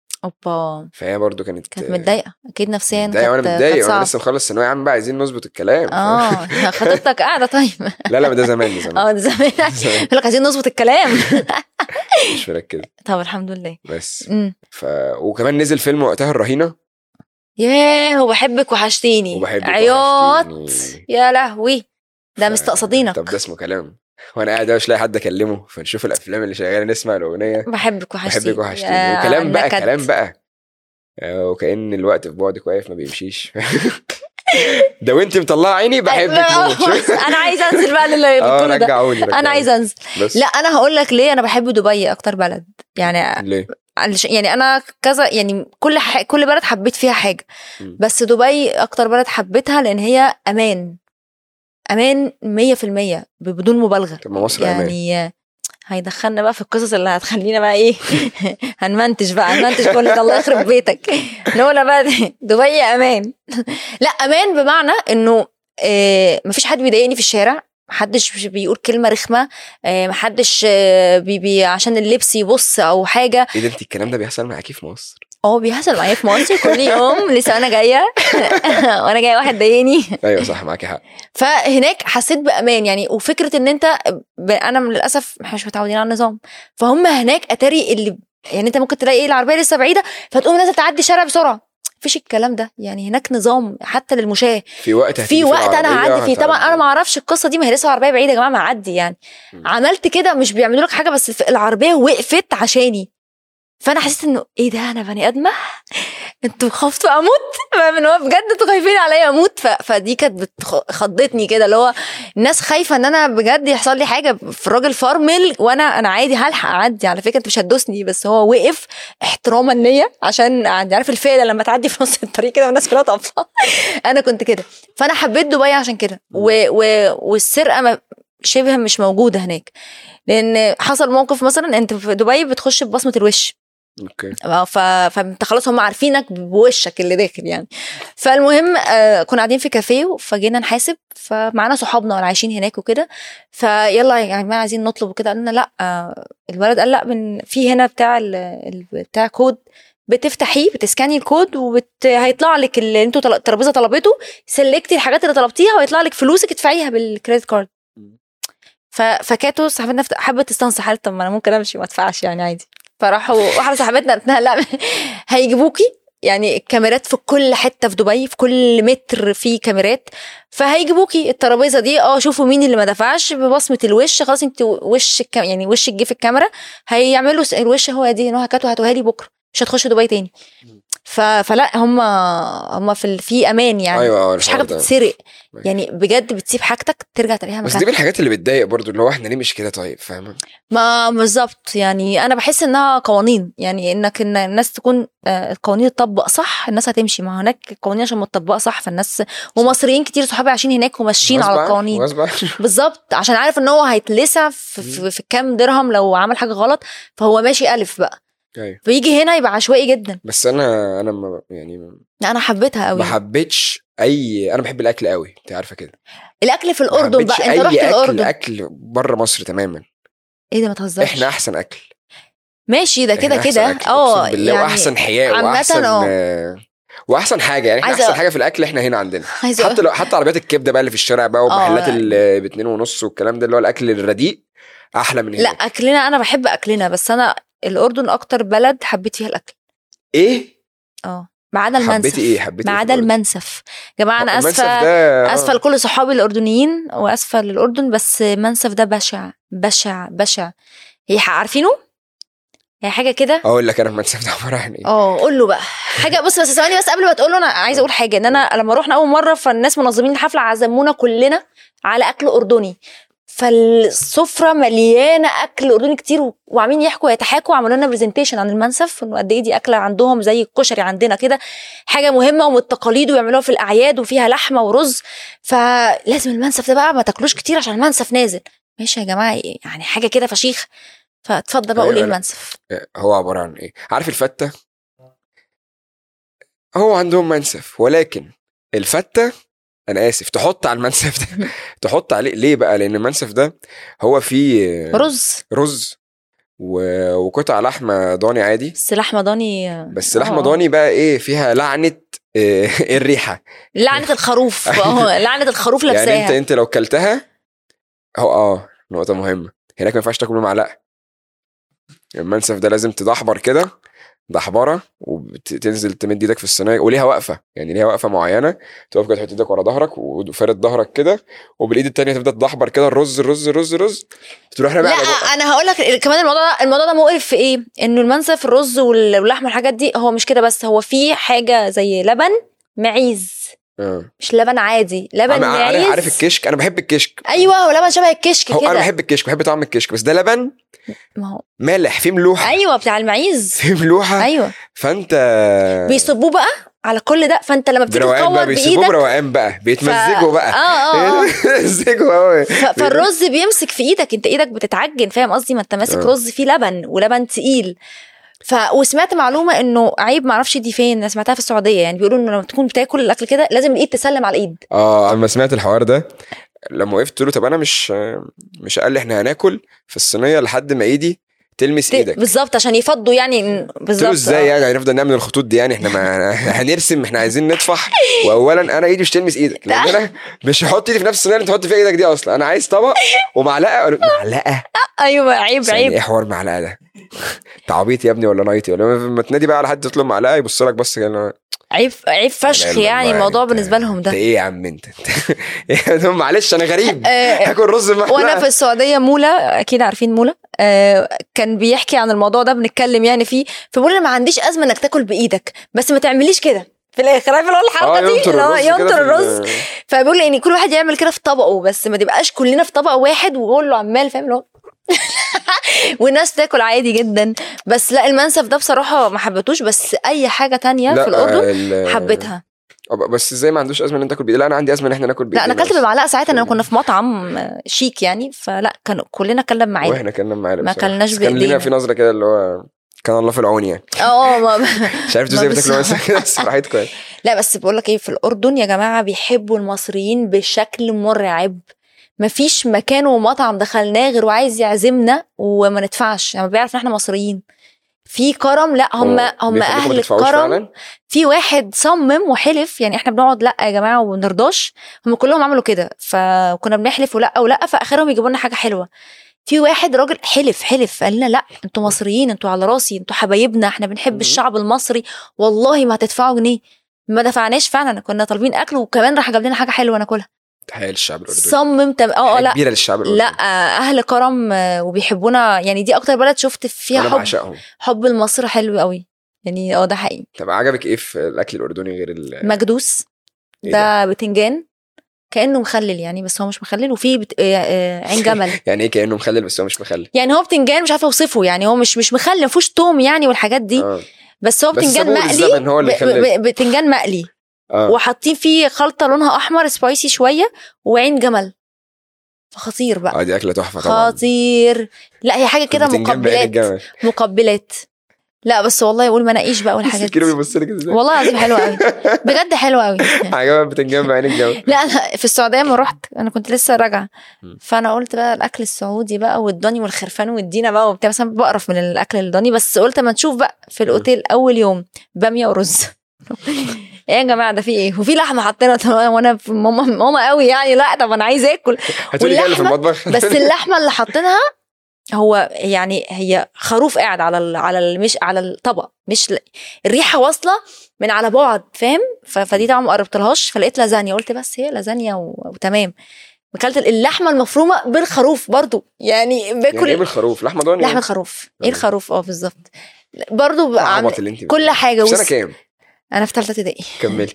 اوبا فهي برضو كانت كانت متضايقه اكيد نفسيا. متضايقه وانا كانت متضايق كانت وانا صعب. لسه مخلص ثانويه عامه بقى عايزين نظبط الكلام. اه خطيبتك قاعده طيب. لا لا ما ده زمان ده زمان اه ده زمان. زمان. يقول لك عايزين نظبط الكلام. مش مركز طب الحمد لله. بس. امم ف وكمان نزل فيلم وقتها الرهينه، ياه وبحبك وحشتيني. وبحبك عياط وحشتيني. يا لهوي ده ف- مستقصدينك. طب ده اسمه كلام. وانا قاعد مش لاقي حد اكلمه، فنشوف الافلام اللي شغاله نسمع الاغنيه بحبك وحشتيني. بحبك وحشتيني يا وكلام بقى نكد. كلام بقى آه، وكأن الوقت في بعدك واقف ما بيمشيش. ده وانت مطلعه عيني بحبك موت. انا عايزه انزل بقى للي اه بتقوله ده. رجعوني انا رجعوني. عايزه انزل. بس لا انا هقول لك ليه انا بحب دبي اكتر بلد يعني. ليه؟ علش- يعني انا كذا يعني كل ح... كل بلد حبيت فيها حاجه، مم. بس دبي اكتر بلد حبيتها لان هي امان امان مية في المية بدون مبالغه. طب ما مصر امان. يعني هيدخلنا بقى في القصص اللي هتخلينا بقى ايه. هنمنتج بقى هنمنتج كل ده الله يخرب بيتك. نقول بقى دي- دبي امان. لا امان بمعنى انه آه مفيش حد بيضايقني في الشارع، محدش بيقول كلمه رخمه، آه محدش آه بي بي عشان اللبس يبص او حاجه. ايه ده انت الكلام ده بيحصل معاكي في مصر؟ اه بيحصل معايا في مصر كل يوم. لسه انا جايه وانا جايه واحد ضايقني. ايوه صح معاكي حق. فهناك حسيت بامان يعني. وفكره ان انت ب- انا للاسف مش متعودين على النظام، فهم هناك اتاري اللي يعني انت ممكن تلاقي ايه العربيه لسه بعيده فتقوم نازل تعدي شارع بسرعه. مفيش الكلام ده يعني. هناك نظام حتى للمشاه. في وقت في وقت انا العربية هعدي فيه طبعا. هتعدي. انا ما اعرفش القصه دي، ما هي لسه العربيه بعيده يا جماعه ما اعدي يعني. م. عملت كده مش بيعملوا لك حاجه بس العربيه وقفت عشاني. فانا حسيت انه ايه ده انا بني ادمه. انتوا خفتوا اموت من هو بجد انتوا خايفين عليا اموت. ف... فدي كانت بتخ- خضتني كده اللي هو الناس خايفه ان انا بجد يحصل لي حاجه في الراجل فرمل وانا انا عادي هلحق اعدي. على فكره انت مش هتدوسني بس هو وقف احتراما ليا عشان اعدي. عارف الفيله لما تعدي في نص الطريق كده والناس كلها طافله. انا كنت كده. فانا حبيت دبي عشان كده. و... و... والسرقه ما... شبه مش موجوده هناك لان حصل موقف مثلا انت في دبي بتخش ببصمه الوش. اوكي. ف... فانت خلاص هم عارفينك بوشك اللي داخل يعني. فالمهم آه كنا قاعدين في كافيه فجينا نحاسب فمعانا صحابنا اللي عايشين هناك وكده. فيلا يا جماعه عايزين نطلب وكده. قالنا لا آه الولد قال لا من في هنا بتاع ال... ال... بتاع كود بتفتحيه بتسكاني الكود وبت... هيطلع لك اللي انتوا طل... الترابيزه طلبته سلكتي الحاجات اللي طلبتيها ويطلع لك فلوسك ادفعيها بالكريدت كارد. ف... فكاتو صاحبتنا حبت تستنصح قالت طب ما انا ممكن امشي ما ادفعش يعني عادي. فراحوا واحده صاحبتنا قالت لها لا هيجيبوكي يعني الكاميرات في كل حته في دبي في كل متر في كاميرات فهيجيبوكي الترابيزه دي اه شوفوا مين اللي ما دفعش ببصمه الوش خلاص انت وش الكام... يعني وشك جه في الكاميرا هيعملوا الوش هو دي نوها كاتو هاتوها لي بكره مش هتخش دبي تاني. ف... فلا هم هم في ال... في امان يعني. ايوه مش حاجه بتتسرق يعني بجد، بتسيب حاجتك ترجع تلاقيها بس مكانها. دي من الحاجات اللي بتضايق برضو، اللي هو احنا ليه مش كده طيب، فاهمه؟ ما بالظبط يعني انا بحس انها قوانين، يعني انك ان الناس تكون القوانين تطبق صح الناس هتمشي. ما هناك القوانين عشان متطبقه صح فالناس، ومصريين كتير صحابي عايشين هناك وماشيين على القوانين بالظبط، عشان عارف ان هو هيتلسع في, في, في كام درهم لو عمل حاجه غلط، فهو ماشي الف بقى. أيوة. فيجي هنا يبقى عشوائي جدا. بس انا انا ما يعني لا انا حبيتها قوي. ما حبيتش اي، انا بحب الاكل قوي انت عارفه كده. الاكل في الاردن بقى، انت رحت أكل الاردن؟ اكل بره مصر تماما. ايه ده ما تهزرش. احنا احسن اكل ماشي ده كده كده اه يعني واحسن حياه واحسن آه واحسن حاجه يعني. احنا احسن حاجه في الاكل احنا هنا عندنا. حتى لو حتى عربيات الكبده بقى اللي في الشارع بقى ومحلات اللي باتنين ونص والكلام ده اللي هو الاكل الرديء احلى من هنا. لا اكلنا انا بحب اكلنا، بس انا الاردن اكتر بلد حبيت فيها الاكل. ايه اه ما عدا المنسف. حبيتي ايه؟ حبيتي ما عدا المنسف يا جماعه. انا اسفه اسفه لكل صحابي الاردنيين واسفه للاردن، بس المنسف ده بشع بشع بشع. هي عارفينه هي حاجه كده. اقول لك انا المنسف ده عباره عن ايه؟ اه قول له بقى حاجه. بص بس ثواني بس قبل ما تقول له، انا عايزه اقول حاجه. ان انا لما رحنا اول مره فالناس منظمين الحفله عزمونا كلنا على اكل اردني، فالسفره مليانه اكل اردني كتير، وعاملين يحكوا يتحاكوا، وعملوا لنا برزنتيشن عن المنسف انه قد ايه دي اكله عندهم زي الكشري عندنا كده، حاجه مهمه ومن التقاليد ويعملوها في الاعياد وفيها لحمه ورز، فلازم المنسف ده بقى ما تاكلوش كتير عشان المنسف نازل. ماشي يا جماعه يعني حاجه كده فشيخ. فاتفضل بقى قول ايه المنسف. هو عباره عن ايه؟ عارف الفته؟ هو عندهم منسف، ولكن الفته انا اسف تحط على المنسف ده تحط عليه ليه بقى؟ لان المنسف ده هو فيه رز رز و... وقطع لحمه ضاني عادي، بس لحمه ضاني بس لحمه ضاني بقى ايه فيها لعنه ايه الريحه لعنه الخروف اه لعنه الخروف لابساها. يعني انت انت لو كلتها هو اه نقطه مهمه هناك ما ينفعش تاكل بمعلقه. المنسف ده لازم تدحبر كده دحبره وتنزل تمد ايدك في الصينيه، وليها وقفه يعني ليها وقفه معينه، تقف كده تحط ايدك ورا ظهرك وفرد ظهرك كده، وبالايد التانية تبدا تدحبر كده الرز الرز الرز الرز تروح رامي. لا انا هقول لك كمان الموضوع ده الموضوع ده مقرف في ايه، انه المنسف الرز واللحمه والحاجات دي هو مش كده بس، هو في حاجه زي لبن معيز. أه. مش لبن عادي، لبن معيز. عارف الكشك؟ انا بحب الكشك. ايوه هو لبن شبه الكشك كده. انا بحب الكشك، بحب طعم الكشك، بس ده لبن ما هو مالح فيه ملوحه. ايوه بتاع المعيز فيه ملوحه. ايوه فانت بيصبوه بقى على كل ده، فانت لما بتيجي تكور بايدك بيصبوه بروقان بقى بيتمزجوا ف... بقى اه اه بيتمزجوا قوي ف... فالرز بيمسك في ايدك، انت ايدك بتتعجن، فاهم قصدي؟ ما انت ماسك آه. رز فيه لبن ولبن تقيل. ف وسمعت معلومه انه عيب، ما اعرفش دي فين، انا سمعتها في السعوديه، يعني بيقولوا انه لما تكون بتاكل الاكل كده لازم الايد تسلم على الايد. اه انا سمعت الحوار ده لما وقفت له، طب انا مش مش قال لي احنا هناكل في الصينيه لحد ما ايدي تلمس ايدك بالظبط عشان يفضوا يعني بالظبط. ازاي يعني هنفضل نعمل الخطوط دي يعني؟ احنا ما هنرسم، احنا عايزين نطفح. واولا انا ايدي مش تلمس ايدك، لان انا مش هحط ايدي في نفس الصينيه اللي تحط فيها ايدك دي اصلا. انا عايز طبق ومعلقه. معلقه ايوه عيب عيب. ايه حوار معلقه ده؟ تعبيط يا ابني ولا نايتي؟ ولا لما تنادي بقى على حد تطلب معلقه يبص لك بس كده عيب عيب فشخ يعني الموضوع بالنسبه لهم ده. ايه يا عم انت معلش انا غريب هاكل رز معلقه. وانا في السعوديه مولا اكيد عارفين مولا آه كان بيحكي عن الموضوع ده، بنتكلم يعني فيه، فبقول ما عنديش ازمه انك تاكل بايدك بس ما تعمليش كده في الاخر. عارف اللي هو الحركه دي ينطر الرز، فبيقول يعني كل واحد يعمل كده في طبقه بس ما تبقاش كلنا في طبق واحد وقول له عمال فاهم له والناس تاكل عادي جدا. بس لا المنسف ده بصراحه ما حبيتوش، بس اي حاجه تانية في الاردن حبيتها. بس ازاي ما عندوش ازمه ان انت تاكل بايدك؟ لا انا عندي ازمه ان احنا ناكل بايدنا. لا انا اكلت بمعلقه ساعتها، انا كنا في مطعم شيك يعني، فلا كانوا كلنا كلنا بمعلقه واحنا كلنا بمعلقه، ما كلناش بايدينا. كان لنا في نظره كده اللي هو كان الله في العون يعني. اه مش عارف ازاي بتاكلوا مثلا كده براحتكم. لا بس بقول لك ايه، في الاردن يا جماعه بيحبوا المصريين بشكل مرعب. مفيش مكان ومطعم دخلناه غير وعايز يعزمنا وما ندفعش، يعني بيعرف ان احنا مصريين في كرم. لا هم هم اهل الكرم. في واحد صمم وحلف يعني احنا بنقعد لا يا جماعه وما بنرضاش، هم كلهم عملوا كده، فكنا بنحلف ولا ولا فاخرهم يجيبوا لنا حاجه حلوه. في واحد راجل حلف حلف قال لنا لا انتوا مصريين، انتوا على راسي، انتوا حبايبنا، احنا بنحب الشعب المصري، والله ما هتدفعوا جنيه. ما دفعناش فعلا، كنا طالبين اكل وكمان راح جاب لنا حاجه حلوه ناكلها. تحية للشعب الاردني. صمم تم... اه لا كبيره للشعب الاردني. لا اهل كرم وبيحبونا يعني، دي اكتر بلد شفت فيها حب. حب المصر حلو قوي يعني اه ده حقيقي. طب عجبك ايه في الاكل الاردني غير ال مكدوس إيه ده بتنجان كانه مخلل يعني، بس هو مش مخلل. وفي بت... آه، آه، عين جمل. يعني ايه كانه مخلل بس هو مش مخلل؟ يعني هو بتنجان مش عارفه اوصفه، يعني هو مش مش مخلل، ما فيهوش توم يعني والحاجات دي. اه بس هو بس بتنجان سابوه مقلي. بالزمن هو اللي ب... يخلي ب... بتنجان مقلي اه وحاطين فيه خلطه لونها احمر سبايسي شويه وعين جمل. خطير بقى. اه دي اكله تحفه طبعا. خطير. لا هي حاجه كده البتنجان بعين مقبلات الجمل. مقبلات. لا بس والله يقول مناقيش بقى بس والحاجات كيلو دي. بيبص لك ازاي؟ والله العظيم حلوه قوي بجد حلوه قوي. عجبها البتنجان بعين الجمل. لا انا في السعوديه ما رحت، انا كنت لسه راجعه، م. فانا قلت بقى الاكل السعودي بقى والضاني والخرفان والدينا بقى وبتاع، مثلا بقرف من الاكل الضاني، بس قلت ما نشوف بقى في الاوتيل اول يوم باميه ورز. ايه يا جماعه ده في ايه؟ وفي لحمه حاطينها وانا في ماما ماما قوي يعني. لا طب انا عايزه اكل. هتقولي جاي في المطبخ. بس اللحمه اللي حاطينها هو يعني هي خروف قاعد على ال على ال مش على الطبق، مش ل... الريحه واصله من على بعد فاهم. ف... فدي طبعا ما قربتلهاش، فلقيت لازانيا قلت بس هي لازانيا و... وتمام. اكلت اللحمه المفرومه بالخروف برضو يعني باكل. يعني ايه بالخروف؟ لحمه ضاني؟ لحمه خروف. ايه الخروف؟ اه بالظبط برضو عم... كل حاجه. سنه كام؟ انا في ثالثه ابتدائي. كملي.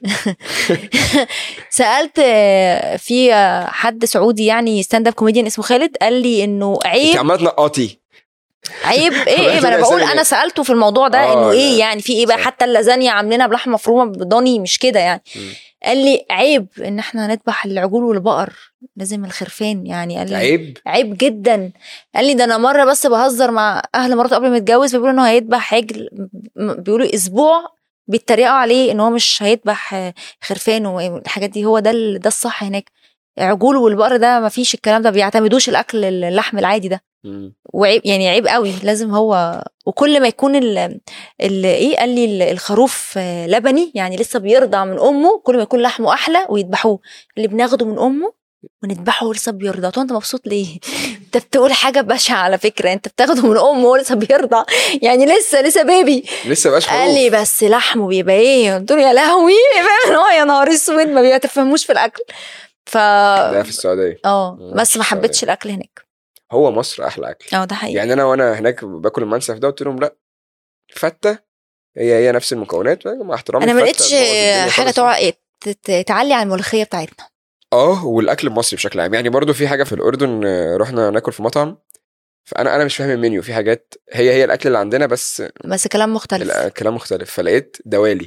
سالت في حد سعودي يعني ستاند اب كوميديان اسمه خالد، قال لي انه عيب. انت عماله تنقطي. عيب ايه ايه ما انا بقول انا سالته في الموضوع ده انه ايه يعني في ايه بقى، حتى اللازانيا عاملينها بلحمه مفرومه بضاني مش كده يعني. م. قال لي عيب ان احنا نذبح العجول والبقر، لازم الخرفان يعني. قال لي عيب عيب جدا. قال لي ده انا مره بس بهزر مع اهل مراته قبل ما يتجوز، بيقولوا انه هيذبح عجل، بيقولوا اسبوع بيتريقوا عليه ان هو مش هيذبح خرفان والحاجات دي. هو ده ده الصح هناك. عجول والبقر ده ما فيش الكلام ده، بيعتمدوش الاكل اللحم العادي ده. وعيب يعني عيب قوي. لازم هو وكل ما يكون ال ال ايه قال لي الخروف لبني يعني لسه بيرضع من امه، كل ما يكون لحمه احلى ويذبحوه. اللي بناخده من امه ونذبحه لسه بيرضع. طب انت مبسوط ليه؟ انت بتقول حاجه بشعه على فكره، انت بتاخده من امه ولسه بيرضع يعني لسه لسه بيبي لسه باش خروف. قال لي بس لحمه بيبقى ايه؟ قلت له يا لهوي هو يا نهار اسود ما بيتفهموش في الاكل. ف ده في السعوديه اه بس ما حبيتش الاكل هناك. هو مصر احلى اكل. اه ده حقيقي. يعني انا وانا هناك باكل المنسف ده قلت لهم لا فته هي هي نفس المكونات مع احترامي. انا ما لقيتش حاجه تع... تعلي على الملوخيه بتاعتنا. اه والاكل المصري بشكل عام يعني. برضو في حاجه في الاردن رحنا ناكل في مطعم، فانا انا مش فاهم المنيو، في حاجات هي هي الاكل اللي عندنا بس بس كلام مختلف. كلام مختلف. فلقيت دوالي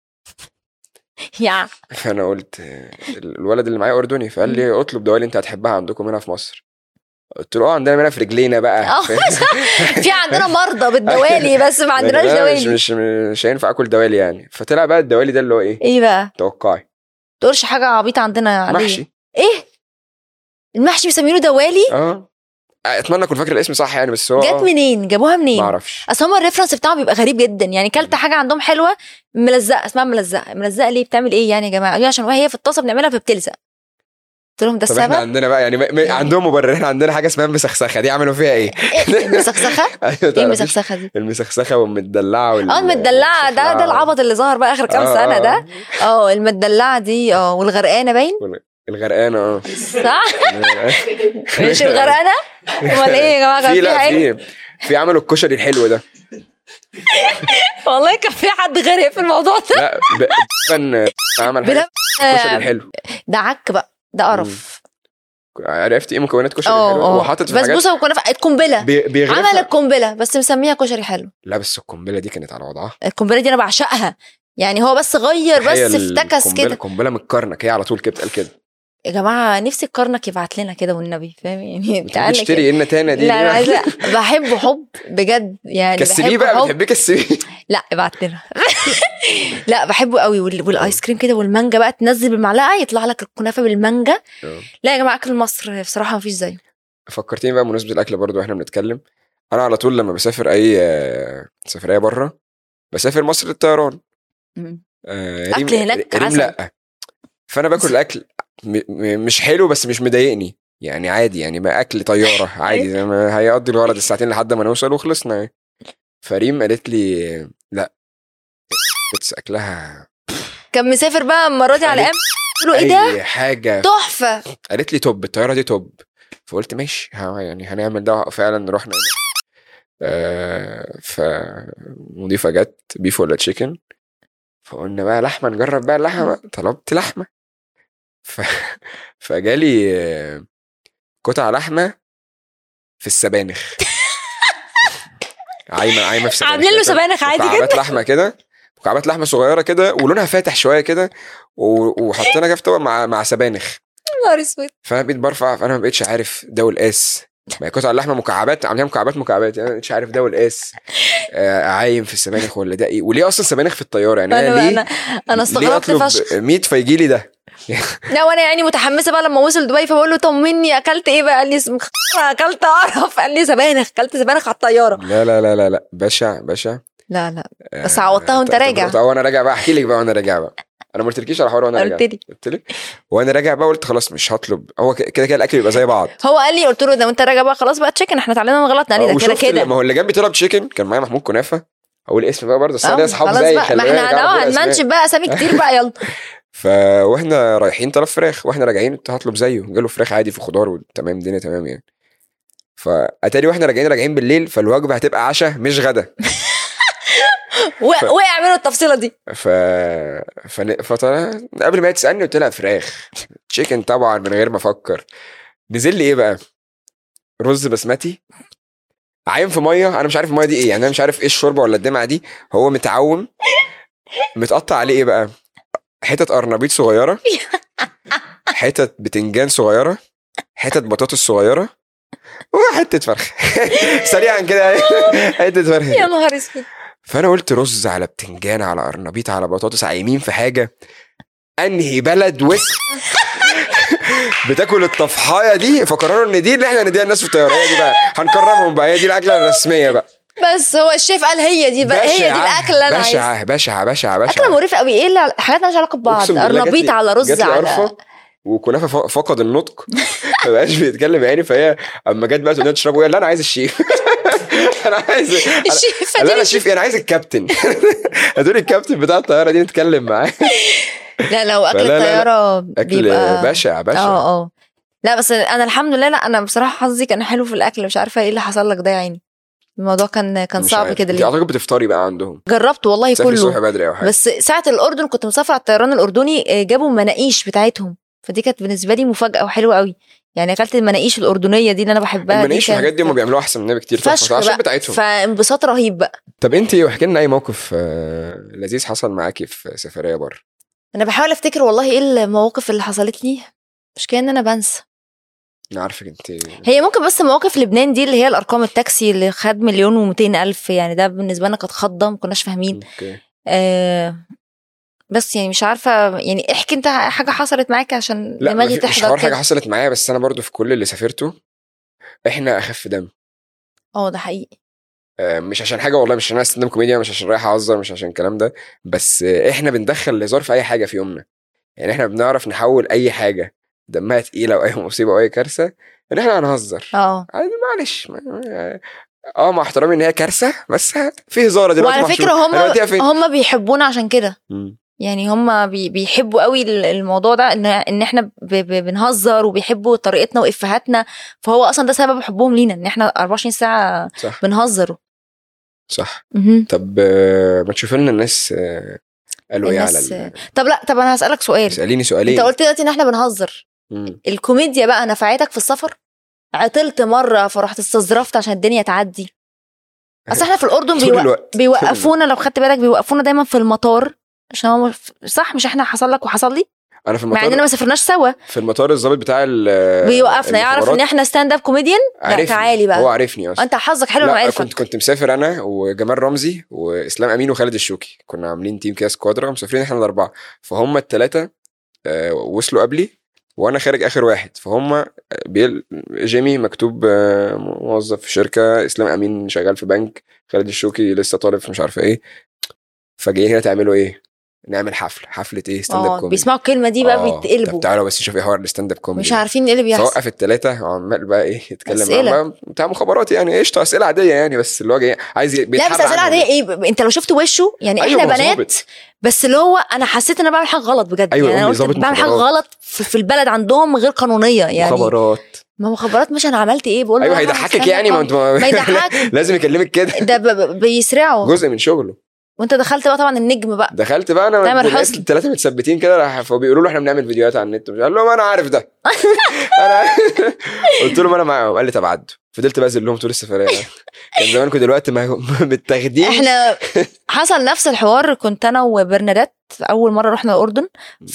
يا فانا قلت الولد اللي معايا اردني، فقال لي اطلب دوالي انت هتحبها عندكم هنا في مصر. قلت له اه عندنا منها في رجلينا بقى. في عندنا مرضى بالدوالي بس ما عندناش دوالي. مش مش مش هينفع اكل دوالي يعني. فطلع بقى الدوالي ده اللي هو ايه؟ ايه بقى؟ توقعي. تقولش حاجه عبيطه عندنا عاديه. محشي. ايه المحشي بيسمينه دوالي؟ اه اتمنى اكون فاكر الاسم صح يعني. بس هو جت منين؟ جابوها منين؟ ما اعرفش. اصل هم الريفرنس بتاعهم بيبقى غريب جدا يعني. كلت حاجه عندهم حلوه ملزقه، اسمها ملزقه. ملزقه ليه؟ بتعمل ايه يعني يا جماعه؟ قالوا عشان وهي في الطاسه بنعملها فبتلزق. قلت لهم ده السبب. احنا عندنا بقى يعني, م... يعني عندهم مبرر. احنا عندنا حاجه اسمها مسخسخه، دي عملوا فيها ايه؟ المسخسخه؟ ايه المسخسخه دي؟ المسخسخه والمدلعه وال... اه المدلعه ده ده العبط اللي ظهر بقى اخر كام آه سنه ده. اه المدلعه دي اه والغرقانه باين. الغرقانه اه صح. مش الغرقانه امال ايه يا جماعه؟ في لا في في عملوا الكشري الحلو ده. والله كان في حد غرق في الموضوع ده. لا ب... عمل حاجه كشري الحلو ده عك بقى ده قرف. عرفت ايه مكونات كشري حلو؟ هو حاطط في حاجات بسبوسه وكنافه. القنبله بي... عمل القنبله بس مسميها كشري حلو. لا بس القنبله دي كانت على وضعها. القنبله دي انا بعشقها يعني. هو بس غير بس افتكس كده. القنبله متكرنك هي على طول كده بتقال كده. يا جماعه نفسي الكرنك يبعت لنا كده والنبي فاهم يعني. تعالى تشتري لنا تاني دي. لا انا عايزه بحبه حب بجد يعني. كسبيه بقى بتحبيه كسبيه. لا ابعت لنا. لا بحبه قوي. والايس كريم كده والمانجا بقى تنزل بالمعلقه يطلع لك الكنافه بالمانجا. لا يا جماعه اكل مصر بصراحه مفيش زيه. فكرتيني بقى بمناسبه الاكل برضو احنا بنتكلم. انا على طول لما بسافر اي سفريه بره بسافر مصر للطيران. آه اكل هناك ريم لا. فانا باكل الاكل م- مش حلو بس مش مضايقني يعني عادي يعني. ما اكل طياره عادي زي ما هيقضي الغرض الساعتين لحد ما نوصل وخلصنا يعني. فريم قالت لي لا بس اكلها كان مسافر بقى المره دي على ام. قلت له ايه ده؟ اي حاجه تحفه. قالت لي توب الطياره دي توب. فقلت ماشي يعني هنعمل ده فعلا. رحنا آه فمضيفه جت بيف ولا تشيكن، فقلنا بقى لحمه، نجرب بقى اللحمه. طلبت لحمه ف... فجالي آه، قطع لحمه في السبانخ عايمه عايمه في سبانخ، عاملين له سبانخ عادي مكعبات جدا. لحمه كده، مكعبات لحمه صغيره كده ولونها فاتح شويه كده، و- وحطينا كده في طبق مع مع سبانخ. نهار اسود. فانا بقيت برفع، فانا ما بقتش عارف ده والقاس، ما هي قطع اللحمه مكعبات، عاملين مكعبات مكعبات، يعني مش عارف ده والقاس آه، عايم في السبانخ ولا ده ايه، وليه اصلا سبانخ في الطياره يعني؟ انا انا بقى ليه انا انا ليه استغربت اطلب فشخ. ميت فيجي لي ده؟ لا وانا يعني متحمسه بقى لما وصل دبي، فبقول له طمني اكلت ايه بقى؟ قال لي اسم اكلت قرف. قال لي سبانخ، اكلت سبانخ على الطياره. لا لا لا لا لا بشع بشع. لا لا بس آه، عوضتها وانت طب- طب- راجع. طب وانا راجع بقى احكي لك بقى وانا راجع بقى، انا ما قلتلكيش على حوار وانا راجع. قلت لي قلت لك وانا راجع بقى، قلت خلاص مش هطلب، هو ك- كده كده الاكل بيبقى زي بعض. هو قال لي، قلت له ده وانت راجع بقى خلاص بقى تشيكن، احنا اتعلمنا من غلطنا عليه ده كده وشفت ال- كده. ما هو اللي جنبي طلب تشيكن، كان معايا محمود كنافه، اقول اسم بقى برضه، اصل آه، انا اصحاب خلاص زي بقى، خلي ما بالك احنا أعرف أقول اه أسماء. هنمنشن بقى اسامي كتير بقى يلا. ف واحنا رايحين طلب فراخ، واحنا راجعين قلت هطلب زيه، جاله فراخ عادي في خضار وتمام، الدنيا تمام يعني. فاتاري واحنا راجعين راجعين بالليل، فالوجبه هتبقى عشاء مش غدا. و- وقع منه التفصيله دي. ف فن... فطلع قبل ما تسالني قلت لها فراخ تشيكن طبعا من غير ما افكر. نزل لي ايه بقى؟ رز بسمتي عايم في ميه، انا مش عارف الميه دي ايه يعني، انا مش عارف ايه الشوربه ولا الدمعه دي، هو متعوم متقطع عليه ايه بقى؟ حتت قرنبيط صغيره، حتت بتنجان صغيره، حتت بطاطس صغيره، وحته فرخ سريعا كده حته فرخ. يا نهار اسود. فانا قلت رز على بتنجان على قرنبيط على بطاطس عايمين في حاجه، انهي بلد وسط بتاكل الطفحايه دي؟ فقرروا ان دي اللي احنا نديها الناس في الطياره، هي دي بقى هنكرمهم بقى، هي دي الاكله الرسميه بقى. بس هو الشيف قال هي دي بقى، هي دي الاكله اللي انا عايزها. بشعه بشعه بشعه بشعه، اكله مريفه قوي. ايه اللي حاجات مالهاش علاقه ببعض، أقسم بالله جات قرنبيط لي- على رز جات لي على قرفة، وكنافه ف- فقد النطق ما بقاش بيتكلم يعني. فهي اما جت بقى تقول لها تشربوا ايه، لا انا عايز الشيف انا عايز الشيف لا انا شيف، انا عايز الكابتن هتقولي الكابتن بتاع الطياره دي نتكلم معاه. لا لو اكل فلا لا لا. الطياره اكل بيبقى بشع بشع. اه اه لا بس انا الحمد لله. لا انا بصراحه حظي كان حلو في الاكل، مش عارفه ايه اللي حصل لك ده يا عيني. الموضوع كان كان مش صعب عارف. كده انت ليه؟ اعتقد بتفطري بقى عندهم، جربت والله تسافري الصبح كله. بدري او حاجه. بس ساعه الاردن كنت مسافره على الطيران الاردني، آه، جابوا مناقيش بتاعتهم، فدي كانت بالنسبه لي مفاجاه وحلوه قوي يعني. اكلت المناقيش الاردنيه دي اللي انا بحبها. المناقيش دي والحاجات دي هم كانت بيعملوها احسن مننا بكتير، فشخ تحفه عشان بقى، بتاعتهم. فانبساط رهيب بقى. طب انت واحكي لنا اي موقف آه، لذيذ حصل معاكي في سفريه بره. انا بحاول افتكر والله ايه المواقف اللي حصلت لي، مش كأن انا بنسى. انا عارفك انت. هي ممكن بس مواقف لبنان دي اللي هي الارقام التاكسي اللي خد مليون ومئتين الف، يعني ده بالنسبه لنا كانت خضه، ما كناش فاهمين. اوكي. آه بس يعني مش عارفه، يعني احكي انت حاجه حصلت معاك عشان لا دماغي مفي- مش تحضر حوار حاجه كده. حصلت معايا، بس انا برضو في كل اللي سافرته احنا اخف دم. اه ده حقيقي. آه، مش عشان حاجه والله، مش عشان انا ستاند اب كوميديا، مش عشان رايح اهزر، مش عشان الكلام ده، بس آه، احنا بندخل الهزار في اي حاجه في يومنا، يعني احنا بنعرف نحول اي حاجه دمها تقيله او اي مصيبه او اي كارثه ان احنا هنهزر اه عادي، معلش ما- ما- اه مع احترامي ان هي كارثه، بس في هزاره دلوقتي وعلى محشور. فكره هم هنوديها فين؟ هم بيحبونا عشان كده، مم. يعني هم بي بيحبوا قوي الموضوع ده، ان ان احنا ب ب بنهزر، وبيحبوا طريقتنا وافهاتنا، فهو اصلا ده سبب حبهم لينا، ان احنا أربعة وعشرين ساعه صح بنهزر. صح. مهم. طب آه، ما تشوف لنا الناس آه، قالوا ايه على الناس ال... طب لا طب انا هسألك سؤال. اساليني سؤالين. انت قلت دلوقتي ان احنا بنهزر، مم. الكوميديا بقى نفعتك في السفر؟ عطلت مره فرحت استظرفت عشان الدنيا تعدي؟ اصل احنا في الاردن طول بيوق... الوقت. بيوقفونا، لو خدت بالك بيوقفونا دايما في المطار، عشان هو صح مش احنا حصل لك وحصل لي، انا في مع اننا المطار ما سافرناش سوا، في المطار الضابط بتاع ال- بيوقفنا يعرف المخابرات ان احنا ستاند اب كوميديان. لا عرفني. تعالي بقى، هو عرفني اصلا. انت حظك حلو انه لا عرفك. كنت كنت مسافر انا وجمال رمزي واسلام امين وخالد الشوكي، كنا عاملين تيم كده سكوادرا، مسافرين احنا الاربعه، فهم الثلاثه آه وصلوا قبلي وانا خارج اخر واحد، فهم بيل... جيمي مكتوب آه موظف في شركه، اسلام امين شغال في بنك، خالد الشوكي لسه طالب في مش عارفه ايه، فجايين هنا تعملوا ايه؟ نعمل حفله حفله ايه؟ ستاند اب اه كوميدي. بيسمعوا الكلمه دي بقى آه، بيتقلبوا، طب تعالوا بس شوفي حوار الستاند اب كوميدي، مش عارفين ايه اللي بيحصل. فوقف الثلاثه وعمال بقى ايه يتكلم أسئلة. معاهم بتاع مخابرات يعني، قشطه اسئله عاديه يعني، بس اللي هو جاي عايز لا بيتحرك بس اسئله عاديه ايه ب- انت لو شفت وشه يعني أيوة احنا ما هو بنات، ظابط. بس اللي هو انا حسيت ان انا بعمل حاجه غلط بجد. أيوة، يعني انا أمي قلت ظابط بعمل حاجه مخابرات. غلط في, في البلد عندهم غير قانونيه يعني. مخابرات ما مخابرات مش انا عملت ايه بقول له ايوه هيضحكك يعني ما انت ما يضحك لازم يكلمك كده ده ب- ب- بيسرعوا جزء من شغله. وانت دخلت بقى طبعا النجم بقى دخلت بقى انا تامر الناس حسني. الثلاثه متثبتين كده راح فبيقولوا له احنا بنعمل فيديوهات على النت قال لهم انا عارف ده انا قلت لهم انا معاهم قال لي طب عدوا فضلت بازل لهم طول السفريه كان زمانكم دلوقتي متاخدين. احنا حصل نفس الحوار كنت انا وبرنادات اول مره رحنا الاردن ف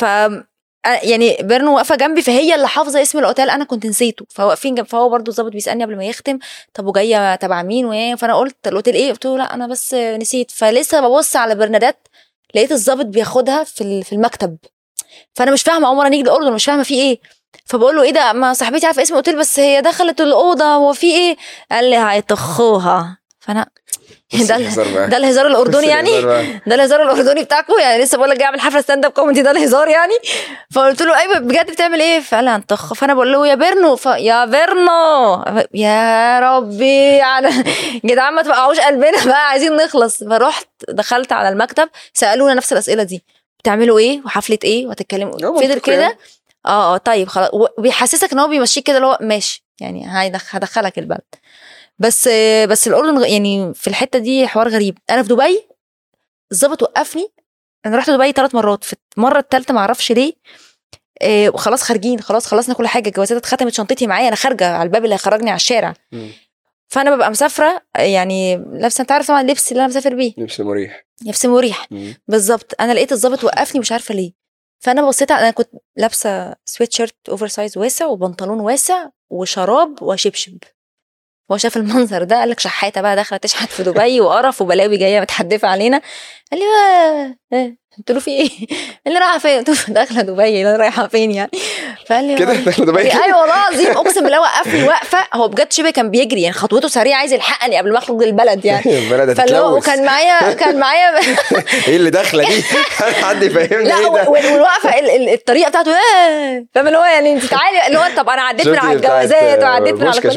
يعني بيرنو واقفه جنبي فهي اللي حافظه اسم الاوتيل انا كنت نسيته فواقفين جنب فهو برضو الظابط بيسالني قبل ما يختم طب وجايه تبع مين وايه فانا قلت الاوتيل ايه قلت له لا انا بس نسيت فلسه ببص على برنادات لقيت الظابط بياخدها في في المكتب فانا مش فاهمه اول مره نيجي الاردن مش فاهمه في ايه فبقول له ايه ده ما صاحبتي عارفه اسم الاوتيل بس هي دخلت الاوضه هو في ايه قال لي هيطخوها فانا ده ده الهزار الاردني يعني ده الهزار الاردني بتاعكم يعني لسه بقول لك جاي اعمل حفله ستاند اب كوميدي ده الهزار يعني فقلت له ايوه بجد بتعمل ايه فقال لي هنطخ فانا بقول له يا بيرنو ف... يا بيرنو يا ربي يعني جدعان ما توقعوش قلبنا بقى عايزين نخلص فرحت دخلت على المكتب سالونا نفس الاسئله دي بتعملوا ايه وحفله ايه وهتتكلموا فضل كده اه اه طيب خلاص وبيحسسك ان هو بيمشيك كده اللي هو ماشي يعني هدخلك البلد بس بس الاردن يعني في الحته دي حوار غريب انا في دبي الظابط وقفني انا رحت دبي ثلاث مرات في المره الثالثه ما اعرفش ليه إيه وخلاص خارجين خلاص خلصنا كل حاجه الجوازات اتختمت شنطتي معايا انا خارجه على الباب اللي هيخرجني على الشارع م. فانا ببقى مسافره يعني لابسه انت عارف طبعا اللبس اللي انا مسافر بيه لبس مريح لبس مريح بالظبط انا لقيت الظابط وقفني مش عارفه ليه فانا بصيت انا كنت لابسه سويت شيرت اوفر سايز واسع وبنطلون واسع وشراب وشبشب هو شاف المنظر ده قال لك شحاته بقى داخله تشحت في دبي وقرف وبلاوي جايه متحدفه علينا قال لي بقى قلت له في ايه اللي رايحه فين قلت له داخله دبي اللي رايحه فين يعني فقال لي كده داخله دبي ايوه والله العظيم اقسم بالله وقفني واقفه هو بجد شبه كان بيجري يعني خطوته سريعه عايز يلحقني قبل ما اخرج البلد يعني البلد هتتلوث وكان معايا كان معايا ايه اللي داخله دي حد يفهمني ايه ده والوقفه الطريقه بتاعته فاهم اللي هو يعني انت تعالي اللي هو طب انا عديت من على الجوازات وعديت من على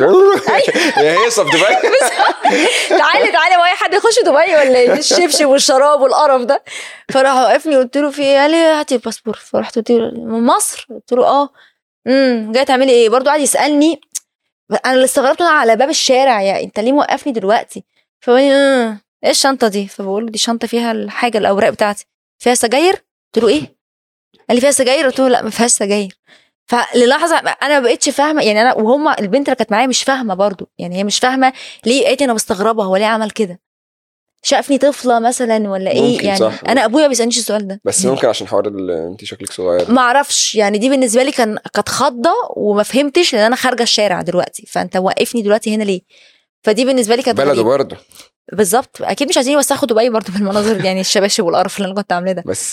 يا هي صف دبي تعالي تعالي واي حد يخش دبي ولا ايه الشبشب والشراب والقرف ده فراح وقفني قلت له في ايه قال لي هاتي الباسبور فرحت قلت له من مصر قلت له اه امم جاي تعملي ايه برضو قاعد يسالني انا اللي استغربت على باب الشارع يا انت ليه موقفني دلوقتي فقال لي اه ايه الشنطه دي فبقول له دي شنطه فيها الحاجه الاوراق بتاعتي فيها سجاير قلت له ايه قال لي فيها سجاير قلت له لا ما فيهاش سجاير فللحظه انا ما بقتش فاهمه يعني انا وهم البنت اللي كانت معايا مش فاهمه برضو يعني هي مش فاهمه ليه قالت انا مستغربه هو ليه عمل كده شافني طفله مثلا ولا ايه يعني صح. انا ابويا بيسالنيش السؤال ده بس ممكن عشان حوار انت شكلك صغير ما اعرفش يعني دي بالنسبه لي كان كانت خضه وما فهمتش لان انا خارجه الشارع دلوقتي فانت وقفني دلوقتي هنا ليه فدي بالنسبه لي كانت بلده برضه بالظبط اكيد مش عايزين يوسخوا دبي برضه بالمناظر يعني الشباشب والقرف اللي انا كنت عاملاه ده بس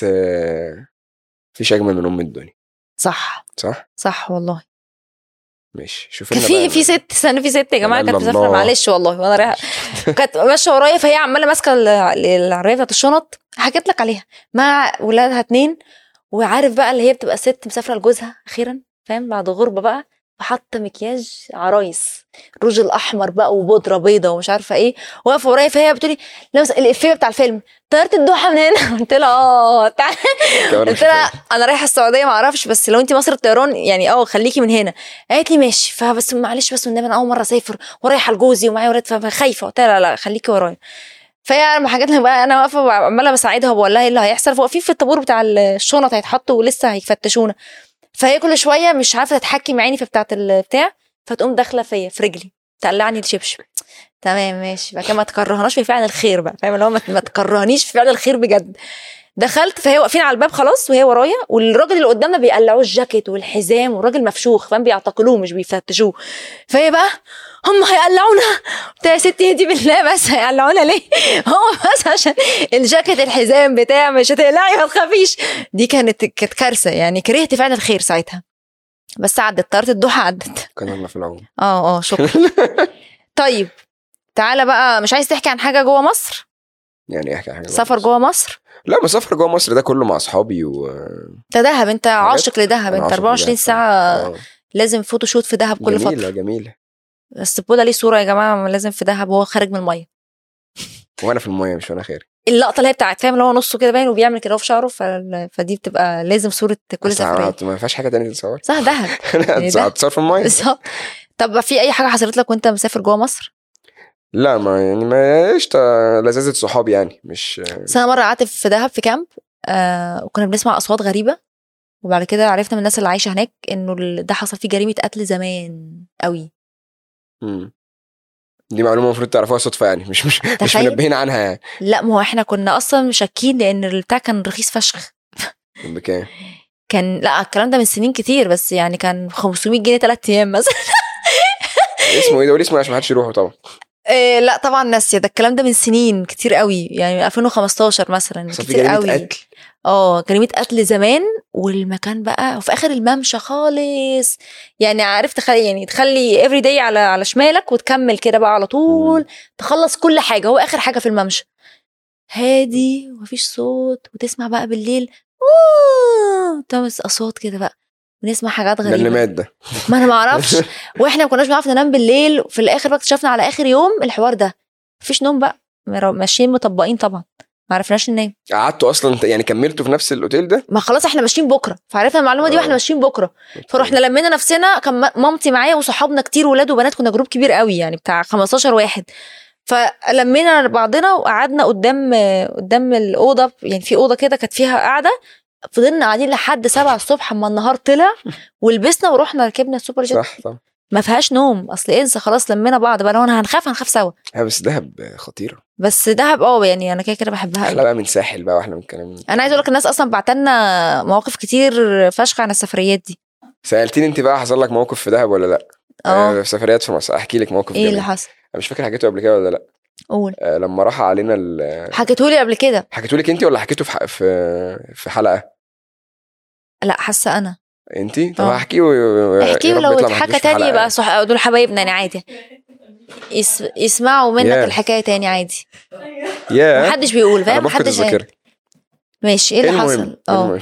فيش اجمل من ام الدنيا صح صح صح والله ماشي شوف لنا في في ست سنه في ست يا جماعه كانت مسافره معلش والله وانا رايحه كانت ماشيه ورايا فهي عماله ماسكه العربيه بتاعت الشنط حكيت لك عليها مع ولادها اتنين وعارف بقى اللي هي بتبقى ست مسافره لجوزها اخيرا فاهم بعد غربه بقى وحاطه مكياج عرايس روج الاحمر بقى وبودره بيضه ومش عارفه ايه واقفه ورايا فهي بتقولي لابسه الافيه بتاع الفيلم طياره الدوحه من هنا قلت لها اه قلت لها انا رايحه السعوديه ما اعرفش بس لو انت مصر الطيران يعني اه خليكي من هنا قالت لي ماشي فبس معلش بس والنبي انا اول مره اسافر ورايحه لجوزي ومعايا ولاد فخايفه قلت لها لا لا خليكي ورايا فهي لما حكيت لها بقى انا واقفه عماله بساعدها وبقول لها ايه اللي هيحصل فواقفين في الطابور بتاع الشنط هيتحطوا ولسه هيفتشونا فهي كل شويه مش عارفه تتحكم عيني في بتاعه البتاع فتقوم داخله فيا في رجلي تقلعني الشبشب تمام ماشي بقى ما تكرهناش في فعل الخير بقى فاهم اللي هو ما تكرهنيش في فعل الخير بجد دخلت فهي واقفين على الباب خلاص وهي ورايا والراجل اللي قدامنا بيقلعوه الجاكيت والحزام والراجل مفشوخ فاهم بيعتقلوه مش بيفتشوه فهي بقى هم هيقلعونا قلت يا ستي دي بالله بس هيقلعونا ليه هو بس عشان الجاكيت الحزام بتاع مش هتقلعي ما تخافيش دي كانت كانت كارثه يعني كرهت فعل الخير ساعتها بس عدت طارت الضحى عدت كان الله في العون اه اه شكرا طيب تعالى بقى مش عايز تحكي عن حاجه جوه مصر يعني احكي حاجه سفر جوه مصر لا مسافر جوه مصر ده كله مع اصحابي و انت دهب انت عاشق لدهب انت أربعة وعشرين ساعه أوه. لازم فوتوشوت في دهب كل جميلة فتره جميله بس بودا ليه صوره يا جماعه لازم في دهب وهو خارج من الميه وانا في الميه مش وانا خارج. اللقطه اللي هي بتاعت فاهم اللي هو نصه كده باين وبيعمل كده في شعره ف... فدي بتبقى لازم صوره كل سفريه. ما ينفعش حاجه تانية تتصور صح دهب هتصور في الميه. طب في اي حاجه حصلت لك وانت مسافر جوه مصر؟ لا ما يعني ما ايش لذاذه صحابي يعني مش. بس انا مره قعدت في دهب في كامب آه وكنا بنسمع اصوات غريبه وبعد كده عرفنا من الناس اللي عايشه هناك انه ده حصل فيه جريمه قتل زمان قوي. امم دي معلومه المفروض تعرفوها صدفه يعني مش مش مش منبهين عنها يعني. لا ما هو احنا كنا اصلا شاكين لان البتاع كان رخيص فشخ. بكام؟ كان لا الكلام ده من سنين كتير بس يعني كان خمسمية جنيه ثلاث ايام مثلا. اسمه ايه ده؟ اسمه عشان ما حدش يروحه طبعا. إيه لا طبعا ناسيه ده الكلام ده من سنين كتير قوي يعني ألفين وخمستاشر مثلا كتير قوي. اه جريمه قتل زمان والمكان بقى وفي اخر الممشى خالص يعني عارف تخلي يعني تخلي افري داي على على شمالك وتكمل كده بقى على طول. م. تخلص كل حاجه هو اخر حاجه في الممشى هادي ومفيش صوت وتسمع بقى بالليل اوه تمس اصوات كده بقى ونسمع حاجات غريبه. اللي مات ده ما انا ما اعرفش واحنا ما كناش بنعرف ننام بالليل في الاخر بقى اكتشفنا على اخر يوم الحوار ده مفيش نوم بقى ماشيين مطبقين طبعا ما عرفناش ننام. قعدتوا اصلا يعني كملتوا في نفس الاوتيل ده؟ ما خلاص احنا ماشيين بكره فعرفنا المعلومه دي واحنا ماشيين بكره فروحنا لمينا نفسنا كان مامتي معايا وصحابنا كتير ولاد وبنات كنا جروب كبير قوي يعني بتاع خمستاشر واحد فلمينا بعضنا وقعدنا قدام قدام الاوضه يعني في اوضه كده كانت فيها قاعده فضلنا قاعدين لحد سبعة الصبح اما النهار طلع ولبسنا ورحنا ركبنا السوبر جيت. صح طبعا ما فيهاش نوم اصل انسى خلاص لمينا بعض بقى لو انا هنخاف هنخاف سوا. بس دهب خطيره بس دهب اه يعني انا كده كده بحبها احلى بقى من ساحل بقى واحلى من الكلام. انا عايز اقول لك الناس اصلا بعتلنا مواقف كتير فشخ عن السفريات دي. سالتيني انت بقى حصل لك موقف في دهب ولا لا؟ اه في سفريات في مصر احكي لك موقف. ايه اللي حصل؟ انا مش فاكر حكيته قبل كده ولا لا. قول. آه لما راح علينا ال حكيته لي قبل كده. حكيته لك انت ولا حكيته في ح... في في حلقه؟ لا حاسه انا انتي. طب احكي و... احكي ولو اتحكى تاني بقى صح دول حبايبنا يعني عادي يس... يسمعوا منك yeah. الحكايه تاني عادي yeah. محدش بيقول فاهم محدش ماشي. ايه اللي حصل؟ اه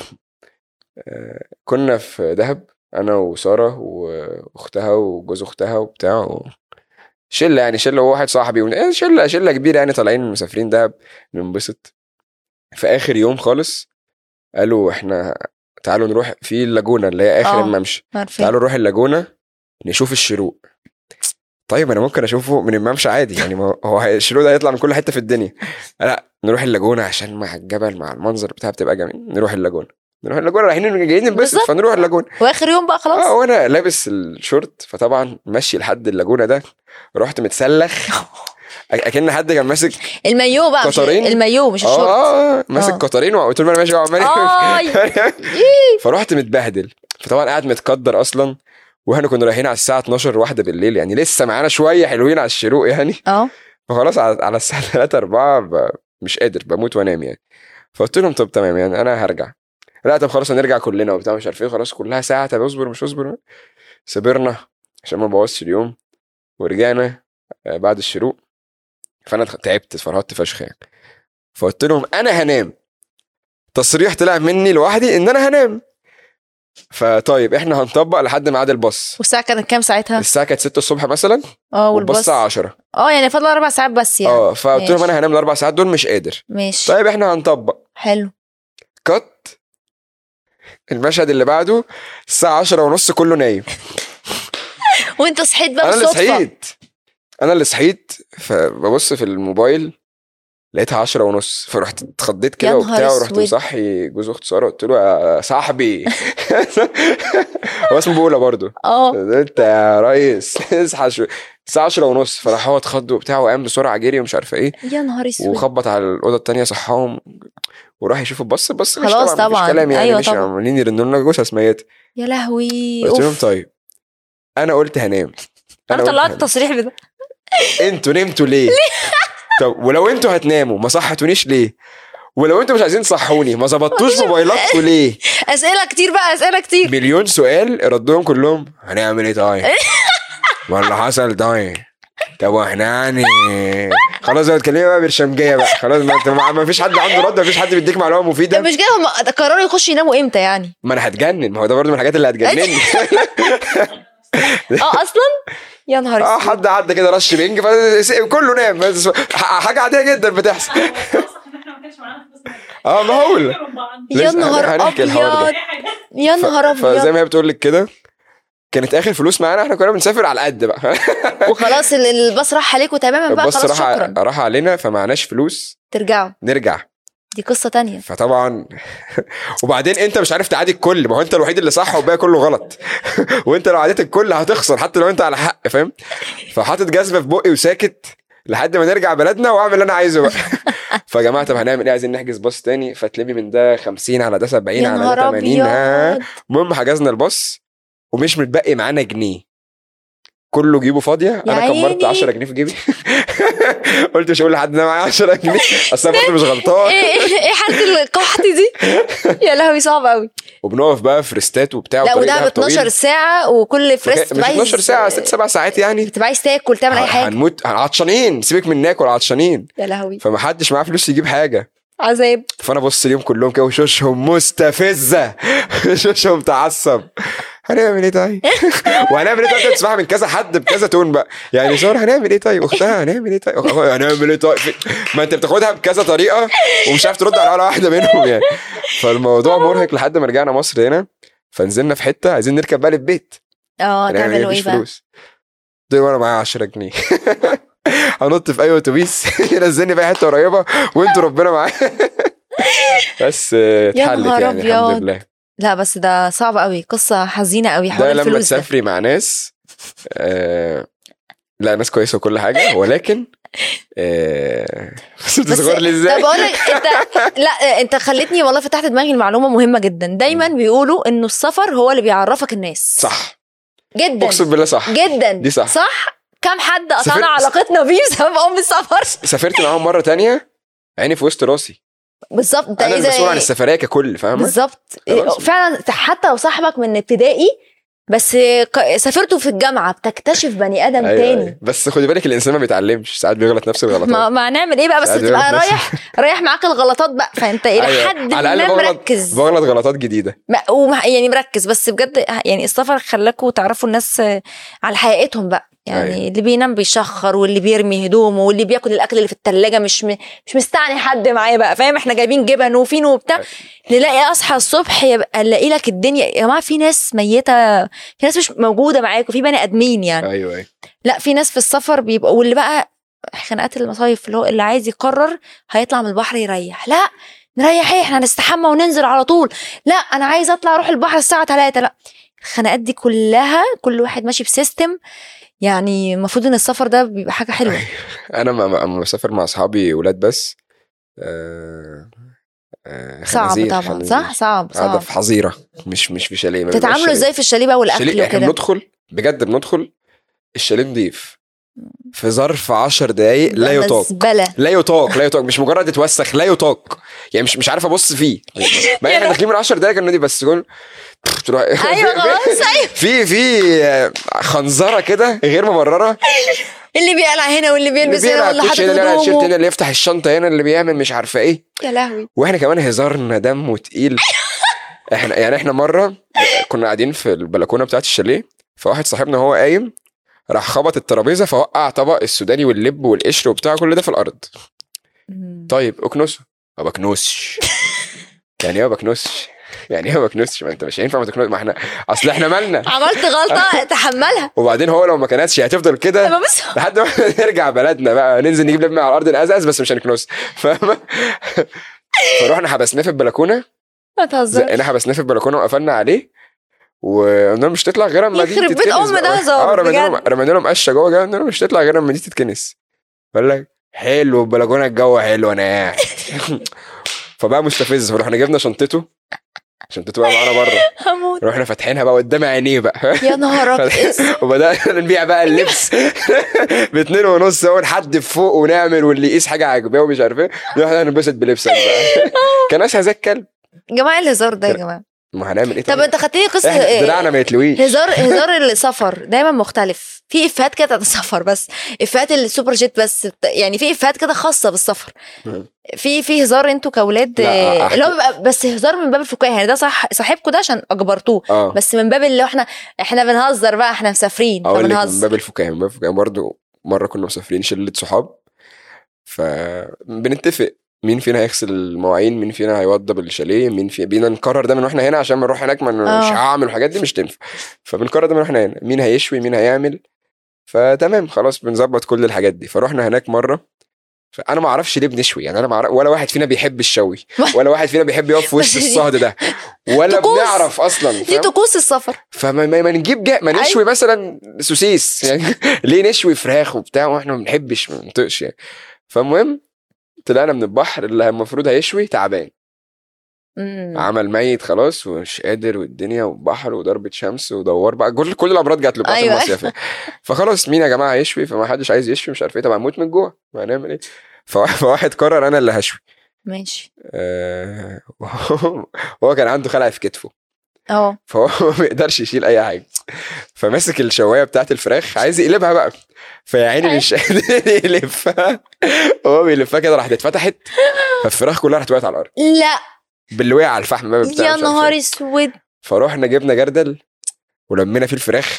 كنا في دهب انا وساره واختها وجوز اختها وبتاع و... شله يعني شله وواحد صاحبي و... شله شله كبيره يعني طالعين مسافرين دهب ننبسط. في اخر يوم خالص قالوا احنا تعالوا نروح في اللاجونة اللي هي اخر الممشى تعالوا نروح اللاجونة نشوف الشروق. طيب انا ممكن اشوفه من الممشى عادي يعني ما هو الشروق ده هيطلع من كل حتة في الدنيا. لا نروح اللاجونة عشان مع الجبل مع المنظر بتاعها بتبقى جميل. نروح اللاجونة نروح اللاجونة رايحين جايين ننبسط فنروح اللاجونة واخر يوم بقى خلاص. اه وانا لابس الشورت فطبعا ماشي لحد اللاجونة ده رحت متسلخ اكن حد كان ماسك المايو بقى مش المايو مش الشورت اه ماسك قطرين وقلت له انا ماشي عمال فرحت متبهدل. فطبعا قاعد متقدر اصلا واحنا كنا رايحين على الساعه اتناشر واحده بالليل يعني لسه معانا شويه حلوين على الشروق يعني اه فخلاص على الساعه ثلاثة أربعة ب... مش قادر بموت وانام يعني. فقلت لهم طب تمام يعني انا هرجع. لا طب خلاص هنرجع كلنا وبتاع مش عارف ايه خلاص كلها ساعه طب اصبر مش اصبر. صبرنا عشان ما بوظش اليوم ورجعنا بعد الشروق. فانا تعبت فرهدت فشخ يعني. فقلت لهم انا هنام. تصريح طلع مني لوحدي ان انا هنام. فطيب احنا هنطبق لحد ميعاد الباص. والساعه كانت كام ساعتها؟ الساعه كانت ستة الصبح مثلا اه والباص الساعه عشرة اه يعني فاضل اربع ساعات بس يعني. اه فقلت لهم انا هنام الاربع ساعات دول مش قادر. ماشي طيب احنا هنطبق. حلو. كت المشهد اللي بعده الساعه عشرة ونص كله نايم. وانت صحيت بقى بالصدفه؟ انا اللي صحيت انا اللي صحيت فببص في الموبايل لقيتها عشرة ونص فرحت اتخضيت كده وبتاع ورحت مصحي جوز اخت ساره قلت له يا صاحبي هو اسمه بولا برضو اه انت يا ريس اصحى شويه الساعه عشرة ونص. فراح هو اتخض وبتاع وقام بسرعه جري ومش عارفه ايه يا نهار اسود وخبط على الاوضه الثانيه صحاهم وراح يشوف البص البص مش خلاص طبعا, طبعا. كلام يعني أيوة مش عاملين يرنوا لنا جوزها اسميات. يا لهوي قلت لهم طيب انا قلت هنام انا طلعت التصريح بده انتوا نمتوا ليه؟ طب ولو انتوا هتناموا ما صحتونيش ليه؟ ولو انتوا مش عايزين تصحوني ما ظبطتوش موبايلاتكم ليه؟ اسئله كتير بقى اسئله كتير مليون سؤال ردهم كلهم هنعمل ايه طيب؟ ولا حصل طيب؟ طب احنا يعني خلاص بقى اتكلمي بقى برشمجيه بقى خلاص ما, ما فيش حد عنده رد ما فيش حد بيديك معلومه مفيده. مش كده هم قرروا يخشوا يناموا امتى يعني؟ ما انا هتجنن ما هو ده برضه من الحاجات اللي هتجنني. اه اصلا يا نهار اه اسود. حد عدى كده رش بينج فكله نام، بس حاجه عاديه جدا بتحصل. اه ما هو يا نهار ابيض يا نهار ابيض. فزي ما هي بتقول لك كده، كانت اخر فلوس معانا، احنا كنا بنسافر على قد بقى وخلاص الباص راح عليكم تماما بقى، خلاص شكرا راح علينا، فمعناش فلوس ترجعوا نرجع، دي قصه تانية. فطبعا وبعدين انت مش عارف تعادي الكل، ما هو انت الوحيد اللي صح والباقي كله غلط وانت لو عاديت الكل هتخسر حتى لو انت على حق، فاهم؟ فحاطط جزمه في بقي وساكت لحد ما نرجع بلدنا واعمل اللي انا عايزه بقى فجماعه طب هنعمل ايه؟ عايزين نحجز باص تاني، فتلمي من ده خمسين على ده سبعين على ده ثمانين. ها المهم حجزنا الباص ومش متبقي معانا جنيه، كله جيبه فاضيه. انا كبرت عشرة جنيه في جيبي قلت مش هقول لحد ان انا معايا عشرة جنيه، اصل انا برضه مش غلطان. ايه ايه حاله القحط دي يا لهوي صعب قوي. وبنقف بقى في ريستات وبتاع، لا وده ب اتناشر ساعه وكل فريست مش اتناشر ساعه، ست سبع ساعات يعني، بتبقى عايز تاكل تعمل اي حاجه، هنموت عطشانين، سيبك من ناكل عطشانين يا لهوي. فما حدش معاه فلوس يجيب حاجه، عذاب. فانا بص اليوم كلهم كده وشوشهم مستفزه وشوشهم تعصب. هنعمل ايه طيب؟ وهنعمل ايه طيب؟ تسمعها من كذا حد بكذا تون بقى، يعني صور هنعمل ايه طيب؟ اختها هنعمل ايه طيب؟ هنعمل ايه طيب؟ ما انت بتاخدها بكذا طريقه ومش عارف ترد على ولا واحده منهم يعني. فالموضوع مرهق لحد ما رجعنا مصر هنا، فنزلنا في حته عايزين نركب بقى للبيت. اه تعملوا ايه بقى؟ دي وانا معايا عشرة جنيه هنط في اي اتوبيس ينزلني في حته قريبه وانتوا ربنا معايا بس اتحلت يعني الحمد لله. لا بس ده صعب قوي، قصه حزينه قوي. حوار الفلوس ده لما تسافري مع ناس آه لا ناس كويسه وكل حاجه، ولكن آه بس بتصغر لي ازاي؟ طب اقول لك انت لا انت خلتني والله فتحت دماغي المعلومه مهمه جدا. دايما بيقولوا انه السفر هو اللي بيعرفك الناس. صح جدا، اقسم بالله صح جدا، دي صح صح. كم حد قطعنا علاقتنا بيه بسبب ام السفر. سافرت معاهم مره تانية عيني في وسط راسي بالظبط. انا المسؤول عن السفريه ككل، فاهمه؟ بالظبط فعلا. حتى لو صاحبك من ابتدائي بس سافرته في الجامعه بتكتشف بني ادم أيوة تاني. أيوة. بس خدي بالك الانسان ما بيتعلمش، ساعات بيغلط نفس الغلطات. ما, ما نعمل ايه بقى؟ بس تبقى رايح رايح معاك الغلطات بقى، فانت الى أيوة. حد ما مركز، بغلط غلطات جديده يعني مركز. بس بجد يعني السفر خلاكوا تعرفوا الناس على حقيقتهم بقى، يعني أيوة. اللي بينام بيشخر، واللي بيرمي هدومه، واللي بياكل الاكل اللي في الثلاجه مش م... مش مستعني حد معايا بقى، فاهم؟ احنا جايبين جبن وفين وبتاع. أيوة. نلاقي اصحى الصبح يبقى الاقي لك الدنيا يا جماعه، في ناس ميته، في ناس مش موجوده معاكم، في بني ادمين يعني. ايوه ايوه. لا في ناس في السفر بيبقوا، واللي بقى خناقات المصايف اللي هو اللي عايز يقرر هيطلع من البحر يريح. لا نريح ايه؟ احنا هنستحمى وننزل على طول. لا انا عايز اطلع اروح البحر الساعه ثلاثة. لا الخناقات دي كلها كل واحد ماشي بسيستم. يعني المفروض ان السفر ده بيبقى حاجه حلوه. انا لما بسافر مع اصحابي ولاد بس آه آه صعب طبعا خنزير. صح صعب صعب. قاعده في حظيره، مش مش في شاليه. تتعاملوا ازاي في الشاليه بقى والاكل وكده؟ احنا بندخل بجد بندخل الشاليه نضيف في ظرف عشر دقايق لا يطاق لا يطاق لا يطاق مش مجرد يتوسخ، لا يطاق يعني. مش مش عارف ابص فيه ما احنا داخلين من عشر دقايق كانوا دي بس كل تروح ايوه خلاص. ايوه في في خنزره كده غير مبرره، اللي بيقلع هنا واللي بيلبس هنا واللي حاطط هدومه، اللي يفتح الشنطه هنا، اللي بيعمل مش عارفه ايه. يا لهوي. واحنا كمان هزارنا دمه تقيل. احنا يعني احنا مره كنا قاعدين في البلكونه بتاعت الشاليه، فواحد صاحبنا هو قايم راح خبط الترابيزه فوقع طبق السوداني واللب والقشر وبتاع كل ده في الارض. طيب اكنسه. ما بكنسش. يعني ايه ما بكنسش؟ يعني ايه ما بكنسش؟ ما انت مش هينفع ما تكنس، ما احنا اصل احنا مالنا عملت غلطه تحملها. وبعدين هو لو ما كنسش هتفضل كده لحد ما نرجع بلدنا بقى، ننزل نجيب لب على الارض نقزقز بس مش هنكنس، فاهمه؟ فروحنا حبسناه في البلكونه. ما تهزرش. احنا حبسناه في البلكونه وقفلنا عليه وقلنا مش تطلع غير اما دي تتكنس. يخرب بيت ام ده هزار بجد. رمينا لهم قشه جوه جاي قلنا مش تطلع غير اما دي تتكنس. قال لك حلو البلكونه الجو حلو انا قاعد. فبقى مستفز. فرحنا جبنا شنطته شنطته بقى معانا بره، رحنا فاتحينها بقى قدام عينيه بقى. يا نهار ابيض. وبدانا نبيع بقى اللبس باتنين ونص ونحدف فوق ونعمل واللي يقيس حاجه عاجباه ومش عارف ايه، احنا هنبسط بلبسك بقى. كان اسهل زي الكلب. يا جماعه الهزار ده يا جماعه ما هنعمل ايه؟ طب انت خدتني قصه احنا دراعنا ما يتلويش. هزار هزار السفر دايما مختلف، في افيهات كده بتاعت السفر بس، افيهات السوبر جيت بس، يعني في افيهات كده خاصه بالسفر، في في هزار انتوا كاولاد لا، اللي هو بيبقى بس هزار من باب الفكاهه، يعني ده صح صاحبكم ده عشان اجبرتوه آه. بس من باب اللي هو احنا احنا بنهزر بقى، احنا مسافرين اقول لك من فبنهزر. باب الفكاهه، من باب الفكاهه برضه مره كنا مسافرين شله صحاب، فبنتفق مين فينا هيغسل المواعين، مين فينا هيوضب الشاليه، مين في بينا نقرر ده من واحنا هنا عشان ما نروح هناك ما مش آه. هعمل الحاجات دي مش تنفع، فبنقرر ده من واحنا هنا مين هيشوي مين هيعمل، فتمام خلاص بنظبط كل الحاجات دي. فروحنا هناك مره، فانا ما اعرفش ليه بنشوي، يعني انا ما أعرف ولا واحد فينا بيحب الشوي ولا واحد فينا بيحب يقف في وسط بس دي- الصهد ده ولا طقوس. بنعرف اصلا، دي فاهم؟ طقوس السفر. فما ما ما نجيب جا ما نشوي مثلا سوسيس يعني ليه نشوي فراخ وبتاع واحنا ما بنحبش ما بنطقش يعني. فالمهم طلعنا من البحر اللي المفروض هيشوي تعبان، مم. عمل ميت خلاص ومش قادر، والدنيا والبحر وضربة شمس ودوار بقى كل كل الامراض جات له بتاعت أيوة. المصيف يعني. فخلاص مين يا جماعه هيشوي؟ فما حدش عايز يشوي مش عارف ايه، طب هنموت من الجوع هنعمل ايه؟ فواحد فواحد قرر انا اللي هشوي. ماشي. آه، هو كان عنده خلع في كتفه اه فهو ما بيقدرش يشيل اي حاجه، فماسك الشوايه بتاعت الفراخ عايز يقلبها بقى، فيا عيني مش قادر يلفها، هو بيلفها كده راحت اتفتحت فالفراخ كلها راحت وقعت على الارض لا باللي وقع على الفحم بقى بتاع يا مش عارف نهار إيه. اسود. فروحنا جبنا جردل ولمينا فيه الفراخ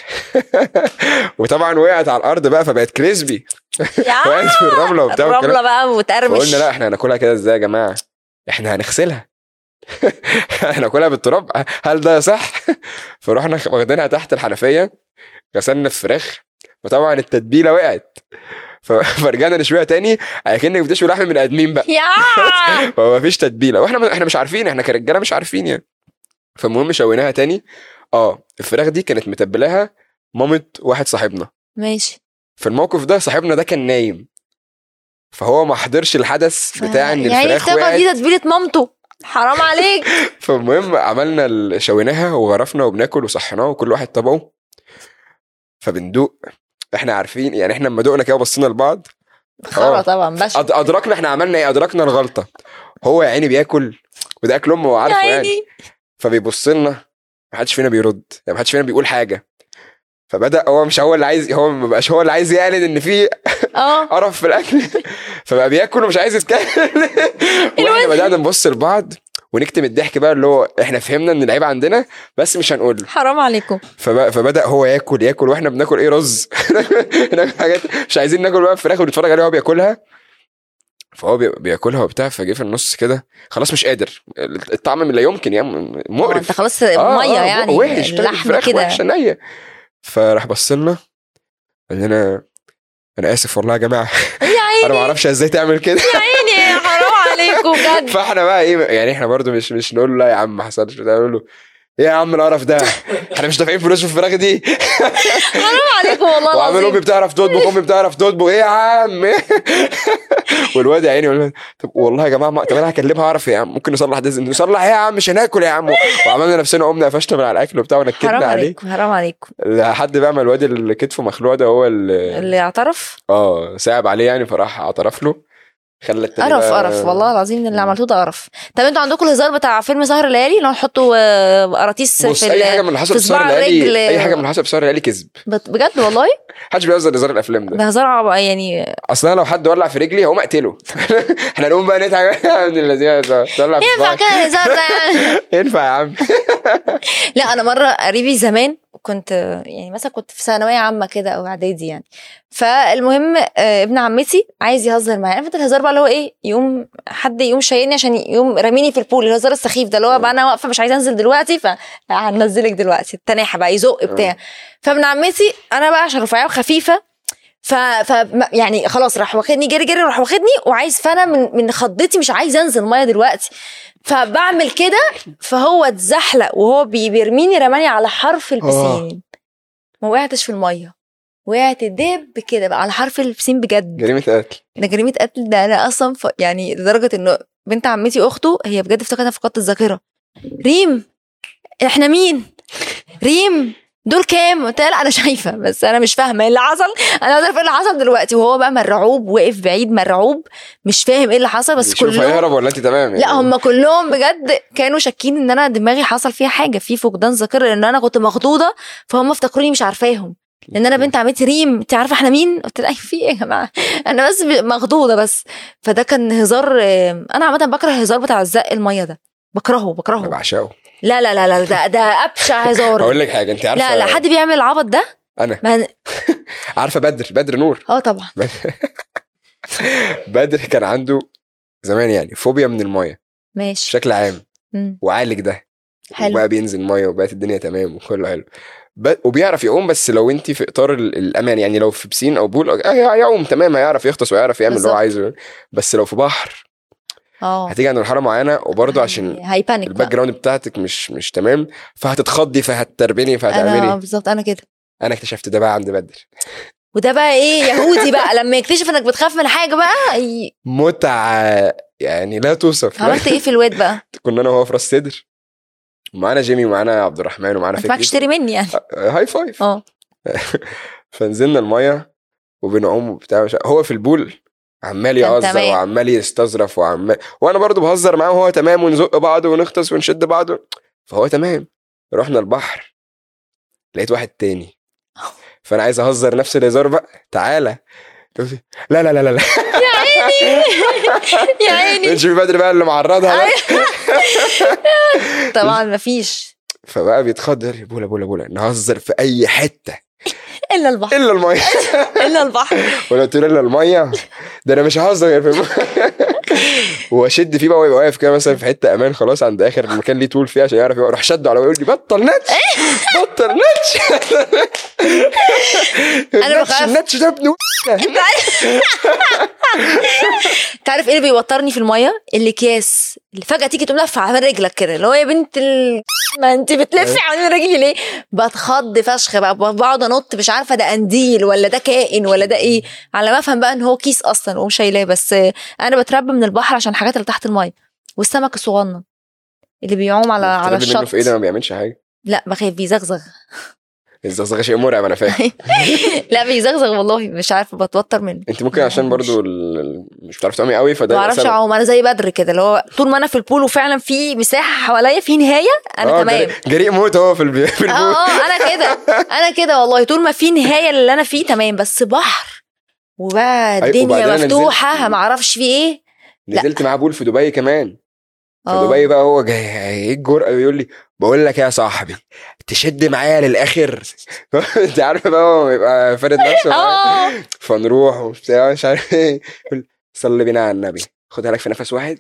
وطبعا وقعت على الارض بقى فبقت كريسبي وقعت في الرمله وبتاع الرمله والكلام. بقى وتقرمش. فقلنا لا احنا هناكلها كده ازاي يا جماعه؟ احنا هنغسلها هناكلها بالتراب هل ده صح؟ فروحنا واخدينها تحت الحنفيه غسلنا الفراخ وطبعا التتبيله وقعت ف- فرجعنا نشويها تاني كأنك بتشوي لحم من ادمين بقى يا فما فيش تتبيله واحنا احنا مش عارفين، احنا كرجاله مش عارفين يعني. فالمهم شويناها تاني. اه الفراخ دي كانت متبلاها مامة واحد صاحبنا. ماشي. في الموقف ده صاحبنا ده كان نايم فهو ما حضرش الحدث بتاع ان يعني الفراخ افتكر وقعت. دي تتبيله مامته، حرام عليك. فالمهم عملنا ال- شويناها وغرفنا وبناكل وصحناه وكل واحد طبقه فبندوق. احنا عارفين يعني احنا لما دوقنا كده وبصينا لبعض خرا آه. طبعا باشا. أد- ادركنا احنا عملنا ايه، ادركنا الغلطه. هو يا عيني بياكل وده اكل امه وعارفه يا يعني، عيني. فبيبص لنا ما حدش فينا بيرد يعني ما حدش فينا بيقول حاجه. فبدا هو مش هو اللي عايز، هو ما بقاش هو اللي عايز يعلن ان في اه قرف في الاكل فبقى بياكل ومش عايز يتكلم واحنا بدانا نبص لبعض ونكتم الضحك بقى اللي هو احنا فهمنا ان العيب عندنا بس مش هنقول له. حرام عليكم. فبقى فبدا هو ياكل ياكل واحنا بناكل ايه رز ناكل حاجات مش عايزين ناكل بقى فراخ ونتفرج عليه وهو بياكلها. فهو بي- بياكلها وبتاع فجه في النص كده خلاص مش قادر، الطعم لا يمكن يعني آه، مقرف. انت خلاص آه، ميه آه، يعني وحش اللحمه فراخ كده. وحشه نيه. فراح بص لنا قال لنا انا اسف والله يا جماعه يا انا عيني ما اعرفش ازاي تعمل كده. يا عيني حرام عليكم بجد. فاحنا بقى ايه يعني احنا برضو مش مش نقول له لا يا عم ما حصلش بتاع، نقول له ايه يا عم القرف ده احنا مش دافعين فلوس في الفراخ دي حرام عليكم والله وعامل امي العظيم. بتعرف تطبخ امي بتعرف تطبخ ايه يا عم والواد يا عيني يقول طب والله يا جماعه ما... طب انا هكلمها اعرف يا عم ممكن نصلح ده نصلح ايه يا عم مش هناكل يا عم. وعملنا نفسنا قمنا قفشنا من على الاكل وبتاع حرام ونكدنا عليه عليكم حرام عليكم. لحد بقى ما الواد اللي كتفه مخلوع ده هو اللي اللي اعترف اه صعب عليه يعني فراح اعترف له خلى التاني قرف بقى- قرف والله العظيم اللي مم. عملتوه ده قرف. طب انتوا عندكم الهزار بتاع فيلم سهر الليالي اللي هو نحطوا آه، قراطيس بص في اي ال- حاجه من اللي حصل في في سهر صباع الليالي الرجل. اي حاجه من اللي حصل في سهر الليالي كذب. بت- بجد والله محدش بيهزر هزار الافلام ده. ده هزار عب- يعني اصل انا لو حد ولع في رجلي هقوم اقتله احنا نقوم بقى نضحك من الذين تولع في ينفع صباعك. كده الهزار ده يعني. ينفع يا عم. لا انا مره قريبي زمان كنت يعني مثلا كنت في ثانويه عامه كده او اعدادي يعني. فالمهم آه، ابن عمتي عايز يهزر معايا، عرفت الهزار بقى اللي هو ايه، يقوم حد يقوم شايلني عشان يقوم راميني في البول، الهزار السخيف ده اللي هو بقى انا واقفه مش عايزه انزل دلوقتي فهنزلك دلوقتي التناحه بقى يزق بتاع. فابن عمتي انا بقى عشان رفيعه وخفيفه ف... ف يعني خلاص راح واخدني جري جري راح واخدني وعايز، فانا من من خضتي مش عايزه انزل ميه دلوقتي فبعمل كده فهو اتزحلق وهو بي- بيرميني رماني على حرف البسين. ما وقعتش في الميه، وقعت دب كده بقى على حرف البسين بجد. جريمه قتل. ده جريمه قتل. ده انا اصلا ف... يعني لدرجه انه بنت عمتي اخته هي بجد افتكرتها فقدت الذاكره. ريم احنا مين؟ ريم دول كام؟ قلت لا انا شايفه بس انا مش فاهمه ايه اللي حصل. انا عايزه اعرف ايه اللي حصل دلوقتي. وهو بقى مرعوب واقف بعيد مرعوب مش فاهم ايه اللي حصل. بس شوف كلهم هيهرب ولا انت تمام يعني. لا هم كلهم بجد كانوا شاكين ان انا دماغي حصل فيها حاجه في فقدان ذاكره لان انا كنت مخضوضه. فهم افتكروني مش عارفاهم لان انا بنت عمتي ريم انت عارفه احنا مين. قلت لا في ايه يا جماعه انا بس مخضوضه بس. فده كان هزار. انا عامه بكره الهزار بتاع الزق الميه ده بكرهه بكرهه انا بعشقه. لا لا لا لا ده ده ابشع هزار. هقول لك حاجه انت عارفه لا لا حد بيعمل العبط ده انا ما... عارفه بدر بدر نور. اه طبعا. بدر كان عنده زمان يعني فوبيا من الميه ماشي بشكل عام. مم. وعالج ده حلو. وبقى بينزل ميه وبقت الدنيا تمام وكله حلو ب... وبيعرف يعوم. بس لو انت في اطار ال- الامان يعني لو في بسين او بول آه يعوم تمام هيعرف يغطس ويعرف يعمل اللي هو بالظبط. عايزه. بس لو في بحر اه هتيجي عند مرحله معينه وبرضه عشان هايبانيك الباك جراوند بتاعتك مش مش تمام فهتتخضي فهتتربني انا فهتعملي. بالظبط انا كده. انا اكتشفت ده بقى عند بدر. وده بقى ايه يهودي بقى لما يكتشف انك بتخاف من حاجه بقى ي... متعه يعني لا توصف. عملت ايه في الواد بقى؟ كنا انا وهو في راس سدر ومعانا جيمي ومعانا عبد الرحمن ومعانا ما ينفعش فكري. تشتري مني يعني. هاي فايف. اه فنزلنا الميه وبنعوم وبتاع. هو في البول عمال كان يهزر تمام. وعمال يستظرف وعمال وانا برضو بهزر معاه وهو تمام ونزق بعض ونغطس ونشد بعض فهو تمام. رحنا البحر لقيت واحد تاني فانا عايز اهزر نفس الهزار بقى. تعالى لا لا لا لا لا يا عيني يا عيني نشوف بدري بقى اللي معرضها بقى. طبعا مفيش فبقى بيتخضر بولا بولا بولا نهزر في اي حته الا البحر الا الميه. الا البحر. ولا قلت له الا الميه ده انا مش ههزر غير في الميه. واشد فيه بقى ويبقى واقف كده مثلا في حته امان خلاص عند اخر مكان ليه طول فيه عشان يعرف يروح شده على يقول لي بطل نتش بطل نتش. انا بخاف. النتش ده ابنه. انت عارف انت عارف ايه اللي بيوترني في الميه؟ الاكياس اللي فجاه تيجي تقوم لفه على رجلك كده اللي هو يا بنت ال... ما انت بتلفي على رجلي ليه؟ بتخض فشخ بقى بقعد انط مش عارفه ده قنديل ولا ده كائن ولا ده ايه على ما افهم بقى ان هو كيس اصلا ومش شايلاه. بس انا بتربى من البحر عشان الحاجات اللي تحت الميه والسمك الصغنن اللي بيعوم على على الشط. في ايه ده ما بيعملش حاجه. لا بخاف بيزغزغ. الزغزغه شيء مرعب انا فاهم. لا بيزغزغ والله مش عارفه بتوتر منه. انت ممكن عشان برضو ال... مش بتعرفي تعومي قوي فده ما اعرفش اعوم. انا زي بدر كده اللي هو طول ما انا في البول وفعلا في مساحه حواليا في نهايه انا تمام. جريء موت هو في البي... في البول. اه اه انا كده انا كده والله طول ما في نهايه اللي انا فيه تمام. بس بحر وبقى الدنيا مفتوحه ما اعرفش في ايه. نزلت مع بول في دبي كمان. في أوه. دبي بقى هو جاي ايه الجرأة بيقول لي بقول لك يا صاحبي تشد معايا للاخر. انت عارفه بقى هو يبقى فارد نفسه فنروح وبتاع مش عارف ايه صلي بينا على النبي خدها لك في نفس واحد.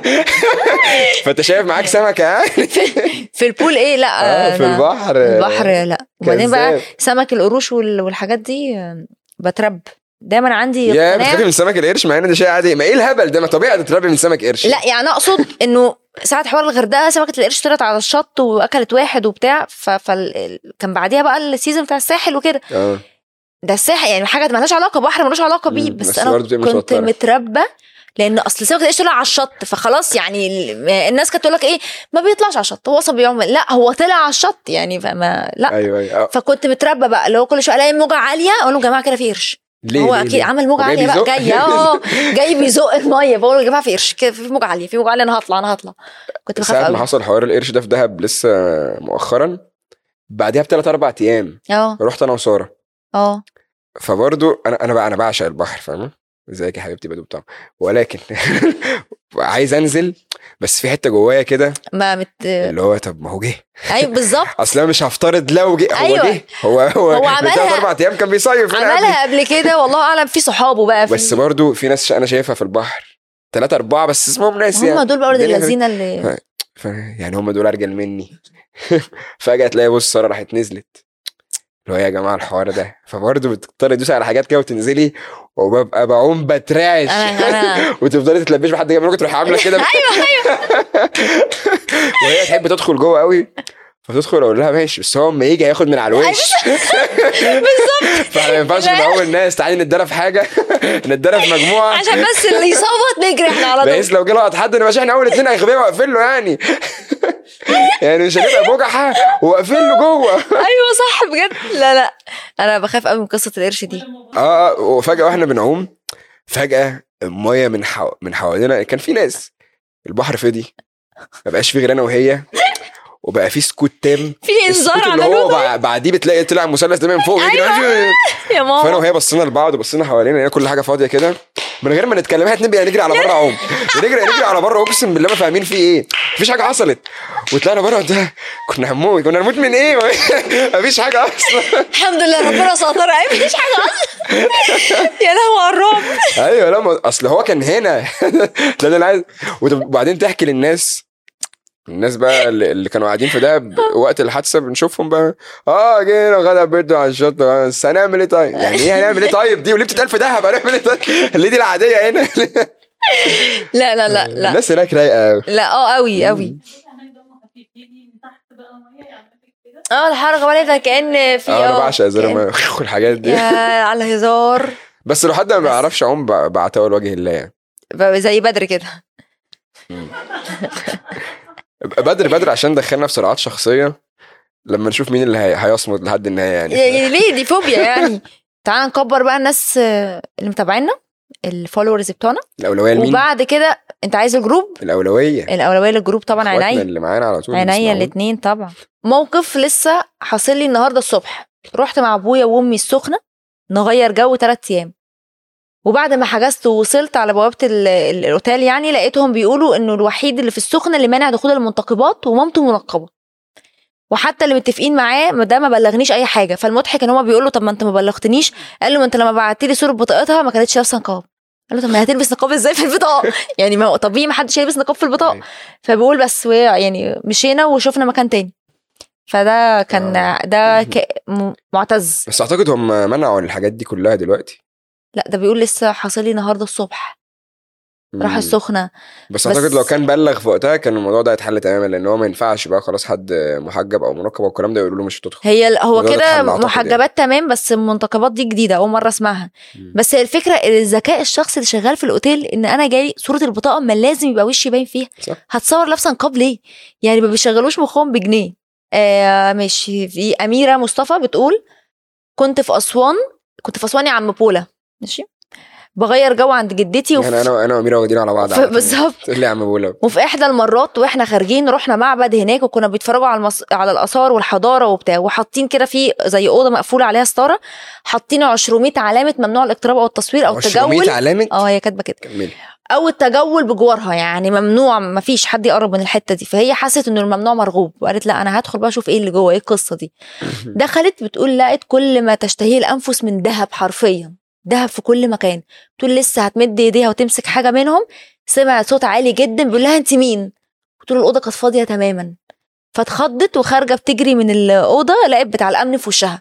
فانت شايف معاك سمكه يعني في البول ايه؟ لا آه في البحر البحر لا. وبعدين بقى سمك القروش والحاجات دي بترب دايما عندي. يا بتخافي من سمك القرش مع ان ده شيء عادي. ما ايه الهبل ده؟ ما طبيعي تتربي من سمك قرش. لا يعني اقصد انه ساعه حوار الغردقه سمكه القرش طلعت على الشط واكلت واحد وبتاع فكان بعديها بقى السيزون بتاع الساحل وكده. اه ده الساحل يعني حاجه مالهاش علاقه بحر مالوش علاقه بيه. بس, بس انا كنت متربى لان اصل سمكه القرش طلع على الشط فخلاص يعني الناس كانت تقول لك ايه ما بيطلعش على الشط هو اصلا بيعوم. لا هو طلع على الشط يعني فما لا. ايوه ايوه. فكنت متربى بقى اللي هو كل شويه الاقي موجه عاليه اقول لهم يا جماعه كده في قرش. ليه هو ليه اكيد ليه؟ عمل موجه عاليه بقى جاي اه جاي بيزق الميه بقول يا جماعه في قرش كده في موجه عاليه في موجه عاليه انا هطلع انا هطلع. كنت بخاف قوي. ساعه ما حصل حوار القرش ده في دهب لسه مؤخرا بعدها بثلاث اربع ايام اه رحت انا وساره. اه فبرضو انا انا بقى انا بعشق البحر فاهمه ازيك يا حبيبتي بدو بتاع ولكن عايز انزل بس في حته جوايا كده ما مت... اللي هو طب ما هو جه. ايوه بالظبط. اصل انا مش هفترض لو جه هو أيوة. جه هو هو, هو عملها ثلاث اربع ايام كان بيصيف عملها قبل كده والله اعلم في صحابه بقى في بس برضو في ناس انا شايفها في البحر ثلاثة أربعة بس اسمهم ناس يعني هم دول بقى الذين اللي ف... ف... يعني هم دول ارجل مني. فجاه تلاقي بص ساره راحت نزلت اللي هو يا جماعه الحوار ده. فبرضه بتضطري تدوسي على حاجات كده وتنزلي وببقى بعوم بترعش انا انا وتفضلي تتلبش بحد جنبك ممكن تروحي عامله كده. ايوه ايوه. وهي تحب تدخل جوه قوي فتدخل اقول لها ماشي بس هو اما يجي هياخد من على الوش. بالظبط. فاحنا ما ينفعش من اول ناس تعالي نتدرب في حاجه نتدرب في مجموعه عشان بس اللي يصوت نجري احنا على طول بس لو جه لقط حد نبقى احنا اول اتنين هيخبيه واقفين له يعني. يعني مش هنبقى بجحة واقفين له جوه. ايوه صح بجد. لا لا انا بخاف قوي من قصه القرش دي. اه وفجاه واحنا بنعوم فجاه الميه من حو... من حوالينا كان في ناس، البحر فضي ما بقاش في غير انا وهي، وبقى في سكوت تام. في انذار اللي على هو لونه. بعديه بتلاقي طلع مثلث ده من فوق يجري. يا فانا ماما وهي بصينا لبعض وبصينا حوالينا لقينا كل حاجه فاضيه كده من غير ما نتكلم. احنا نبقى نجري على بره عوم، نجري نجري على بره، اقسم بالله ما فاهمين في ايه، مفيش حاجه حصلت. وطلعنا بره ده كنا هنموت، كنا هنموت من ايه؟ مفيش حاجه اصلا. الحمد لله ربنا ستر قوي مفيش حاجه اصلا. يا لهوي على الرعب. ايوه لا اصل هو كان هنا. ده انا عايز. وبعدين تحكي للناس، الناس بقى اللي كانوا قاعدين في ده وقت الحادثه بنشوفهم بقى اه جينا غدا بيتو على الشط، بس هنعمل ايه طيب؟ يعني ايه هنعمل ايه طيب؟ دي وليه بتتقال في دهب هنعمل ايه طيب؟ اللي دي العاديه هنا. لا لا لا لا الناس هناك رايقه قوي. لا اه قوي قوي. اه الحركه بقى ده كأن في اه انا بعشق زي ما الحاجات دي. يا على الهزار. بس لو حد ما بيعرفش اعوم بعتها لوجه الله يعني زي بدر كده. بدر بدر عشان دخلنا في صراعات شخصيه لما نشوف مين اللي هيصمد لحد النهايه يعني. يعني ليه دي فوبيا يعني. تعال نكبر بقى الناس اللي متابعينا الفولورز بتوعنا. الاولويه لمين؟ وبعد كده انت عايز الجروب؟ الاولويه الاولويه للجروب طبعا. عينيا اللي معانا على طول عينيا الاثنين طبعا. موقف لسه حاصل لي النهارده الصبح، رحت مع ابويا وامي السخنه نغير جو ثلاث ايام، وبعد ما حجزت ووصلت على بوابه الاوتيل يعني لقيتهم بيقولوا انه الوحيد اللي في السخنه اللي مانع دخول المنتقبات ومامته منقبه، وحتى اللي متفقين معاه ده ما بلغنيش اي حاجه. فالمضحك ان هما بيقولوا طب ما انت ما بلغتنيش، قال له ما انت لما بعتي لي صوره بطاقتها ما كانتش لابسه نقاب. قال له طب ما هتلبس نقاب ازاي في البطاقه؟ يعني ما هو طبيعي ما حدش يلبس نقاب في البطاقه. فبيقول بس يعني مشينا وشفنا مكان تاني. فده كان ده معتز. بس اعتقد هم منعوا الحاجات دي كلها دلوقتي. لا ده بيقول لسه حاصل لي النهارده الصبح راح السخنه. بس, بس اعتقد لو كان بلغ في وقتها كان الموضوع ده هيتحل تماما، لان هو ما ينفعش بقى خلاص حد محجب او منقب او الكلام ده يقولوا له مش هتدخل. هي هو كده محجبات يعني. تمام بس المنتقبات دي جديده اول مره اسمعها. مم. بس هي الفكره الذكاء الشخصي اللي شغال في الاوتيل ان انا جاي صوره البطاقه ما لازم يبقى وشي باين فيها. صح. هتصور لابسه نقاب ليه؟ يعني ما بيشغلوش مخهم بجنيه. آه ماشي. في اميره مصطفى بتقول كنت في اسوان كنت في اسوان يا عم بولا ماشي بغير جو عند جدتي وف... يعني انا انا واميره واخدين على بعض بالظبط. تقول لي يا عم بولا. وفي احدى المرات واحنا خارجين رحنا معبد هناك وكنا بيتفرجوا على المص... على الاثار والحضاره وبتاع، وحاطين كده في زي اوضه مقفوله عليها ستاره حاطين عشرمية علامه ممنوع الاقتراب او التصوير او التجول. عشرمية علامه اه هي كاتبه كده. كملي. او التجول بجوارها يعني ممنوع ما فيش حد يقرب من الحته دي. فهي حست انه الممنوع مرغوب وقالت لا انا هدخل بقى اشوف ايه اللي جوه ايه القصه دي. دخلت بتقول لقيت كل ما تشتهيه الانفس من ذهب حرفيا دهب في كل مكان. تقول لسه هتمد ايديها وتمسك حاجه منهم سمع صوت عالي جدا بيقول لها انت مين؟ قلت له الاوضه كانت فاضيه تماما. فاتخضت وخارجه بتجري من الاوضه لقيت بتاع الامن في وشها.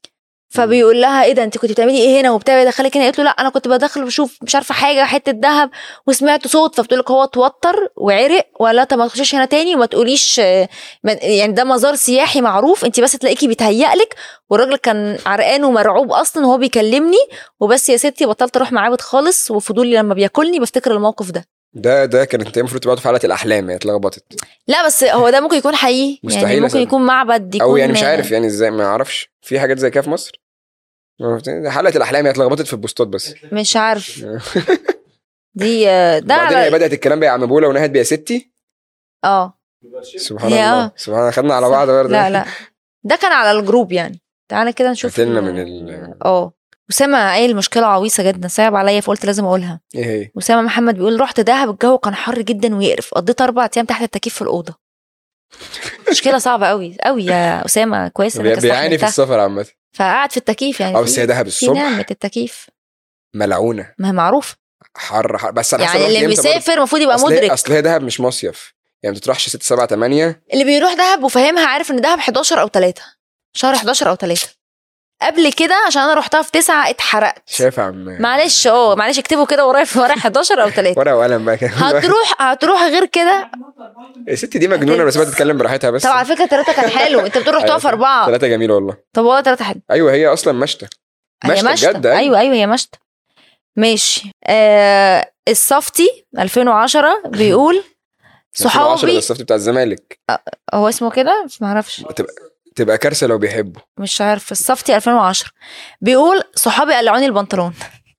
فبيقول لها ايه ده انت كنت بتعملي ايه هنا وبتاع دخلك هنا؟ قلت له لا انا كنت بدخل بشوف مش عارفه حاجه حته ذهب وسمعت صوت. فبتقول لك هو اتوتر وعرق ولا طب ما تخشيش هنا تاني وما تقوليش يعني ده مزار سياحي معروف انت بس تلاقيكي بيتهيألك. والراجل كان عرقان ومرعوب اصلا وهو بيكلمني وبس يا ستي بطلت اروح معابد خالص وفضولي لما بياكلني بفتكر الموقف ده. ده ده كانت انت المفروض تبعته في حاله الاحلام هي اتلخبطت. لا بس هو ده ممكن يكون حقيقي يعني ممكن يكون معبد يكون او يعني مش عارف يعني ازاي ما اعرفش في حاجات زي كده في مصر. حلقة الأحلام هي اتلخبطت في البوستات بس مش عارف دي ده بعدين هي بدأت الكلام بيا عم بولا ونهت بيا ستي. اه سبحان الله سبحان الله خدنا على بعض برضه. لا لا ده كان على الجروب يعني. تعالى كده نشوف قتلنا من ال اه أسامة قايل مشكلة عويصة جدا صعب عليا فقلت لازم أقولها. ايه هي؟ أسامة محمد بيقول رحت دهب الجو كان حر جدا ويقرف قضيت أربع أيام تحت التكييف في الأوضة. مشكلة صعبة قوي قوي يا أسامة كويس إنك بيعاني في السفر عامة فقعد في التكييف يعني. اه بس هي دهب الصبح نعمة التكييف ملعونة ما هي معروفة حر حر بس يعني اللي مسافر المفروض يبقى أصل مدرك. أصل هي دهب مش مصيف يعني ما تروحش ستة سبعة تمانية. اللي بيروح دهب وفاهمها عارف إن دهب حداشر أو ثلاثة شهر حداشر أو ثلاثة قبل كده عشان أنا روحتها في تسعة اتحرقت. شايف يا عم معلش اه معلش اكتبوا كده ورايا في ورقة حداشر أو ثلاثة ورقة وقلم بقى كده. هتروح هتروح غير كده الست دي مجنونة بس بتتكلم براحتها بس. طب على فكرة ثلاثة كان حلو انت بتروح تقف أربعة. ثلاثة جميل والله. طب والله ثلاثة حلو. أيوة هي أصلا مشتى مشتى بجد. أيوة أيوة هي مشتى ماشي. آه الصفتي ألفين وعشرة بيقول صحابي الصفتي بتاع الزمالك هو اسمه كده ما اعرفش، تبقى تبقى كارثه لو بيحبوا، مش عارف. الصفتي ألفين وعشرة بيقول صحابي قلعوني البنطلون.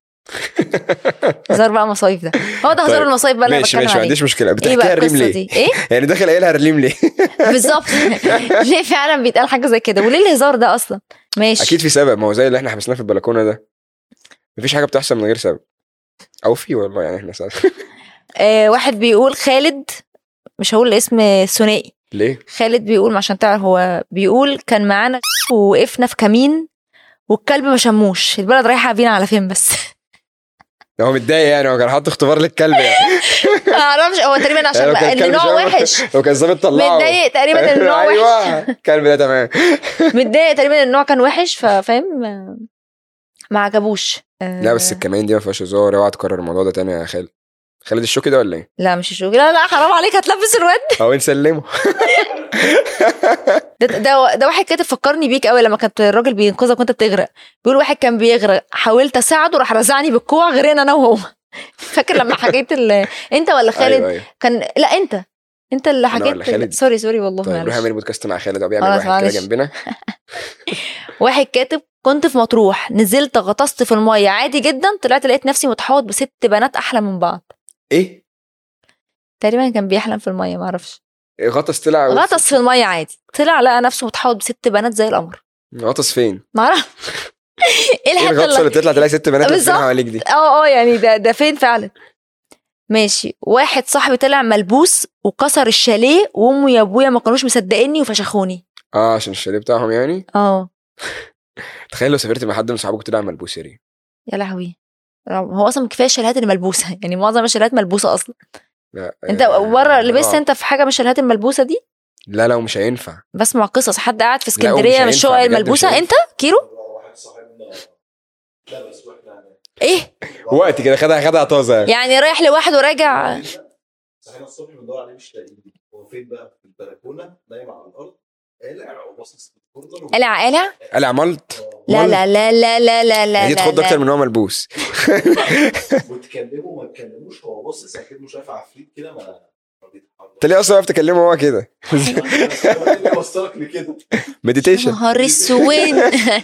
هزار بقى مصايف ده، هو ده هزار طيب. المصايف بقى اللي ماشي بتكلم ماشي ما عليه. عنديش مشكله. ايه بتحكيها بقى الريم القصه ليه؟ دي ايه يعني داخل قايلها الريم ليه؟ بالظبط. ليه فعلا بيتقال حاجه زي كده، وليه الهزار ده اصلا؟ ماشي اكيد في سبب، ما هو زي اللي احنا حبسناه في البلكونه ده، مفيش حاجه بتحصل من غير سبب، او في والله يعني احنا سبب. آه واحد بيقول خالد، مش هقول اسم ثنائي، ليه؟ خالد بيقول عشان تعرف، هو بيقول كان معانا ووقفنا في كمين والكلب ما شموش، البلد رايحه بينا على فين بس. هو متضايق يعني، هو كان حاطط اختبار للكلب يعني. ما اعرفش، هو تقريبا عشان يعني لو كان بقى الكلب النوع شافه- وحش، لو كان ظابط طلعه متضايق تقريبا ان النوع وحش، ايوه الكلب ده تمام. متضايق تقريبا ان النوع كان وحش، فاهم ما عجبوش. لا بس الكمان دي ما فيهاش هزار، اوعى تكرر الموضوع ده تاني يا خالد. خالد الشوكي ده ولا ايه؟ لا مش الشوكي، لا لا حرام عليك هتلبس الواد. او نسلمه. ده ده ده واحد كاتب فكرني بيك قوي لما كانت الراجل بينقذك وانت بتغرق، بيقول واحد كان بيغرق حاولت اساعده راح رزعني بالكوع غرقنا انا وهو. فاكر لما حكيت ال... انت ولا خالد؟ أيوة أيوة. كان لا انت انت اللي أنا ولا حكيت خالد؟ ال... سوري سوري والله طيب روح معلش. اعمل بودكاست مع خالد، او بيعمل خلاص واحد كده معلش. جنبنا. واحد كاتب كنت في مطروح نزلت غطست في الميه عادي جدا، طلعت لقيت نفسي متحوط بست بنات احلى من بعض. ايه؟ تقريبا كان بيحلم في الميه، ما اعرفش. غطس طلع غطس في الميه عادي، طلع لقى نفسه متحوط بست بنات زي القمر. غطس فين؟ ما اعرف. ايه ايه الحته الغطسه اللي اللي تطلع تلاقي ست بنات لابسين بالظبط. حواليك دي؟ اه اه يعني ده ده فين فعلا. ماشي. واحد صاحبي طلع ملبوس وكسر الشاليه وامي يا ابويا ما كانوش مصدقيني وفشخوني. اه عشان الشاليه بتاعهم يعني. اه تخيل لو سافرت مع حد من صحابك طلع ملبوس يا ريم. يا لهوي، هو اصلا كفايه الشاليهات اللي ملبوسه، يعني معظم الشاليهات ملبوسه اصلا. لا انت آه، بره لبست آه. انت في حاجه من الشاليهات الملبوسه دي؟ لا لا ومش هينفع. بسمع قصص حد قاعد في لا، ومش اسكندريه من هينفع، الشقق بجد مش الملبوسه. هينفع. انت كيرو واحد صاحبنا لبس واحنا ايه وقت كده خدها خدها طازه. يعني رايح لواحد وراجع؟ صحينا الصبح بندور عليه مش لاقيين، هو فين بقى؟ في البلكونه نايم على الارض قالع وباصص في الكورنر قلع قلع قلع ملط. لا لا لا لا لا لا لا دي تخض اكتر من هو ملبوس. وتكلموا ما تكلموش، هو باصص اكنه شايف عفريت كده ما ما بيتحركش. انت ليه اصلا واقف تكلمه هو كده؟ اللي وصلك لكده مديتيشن. نهار السوين.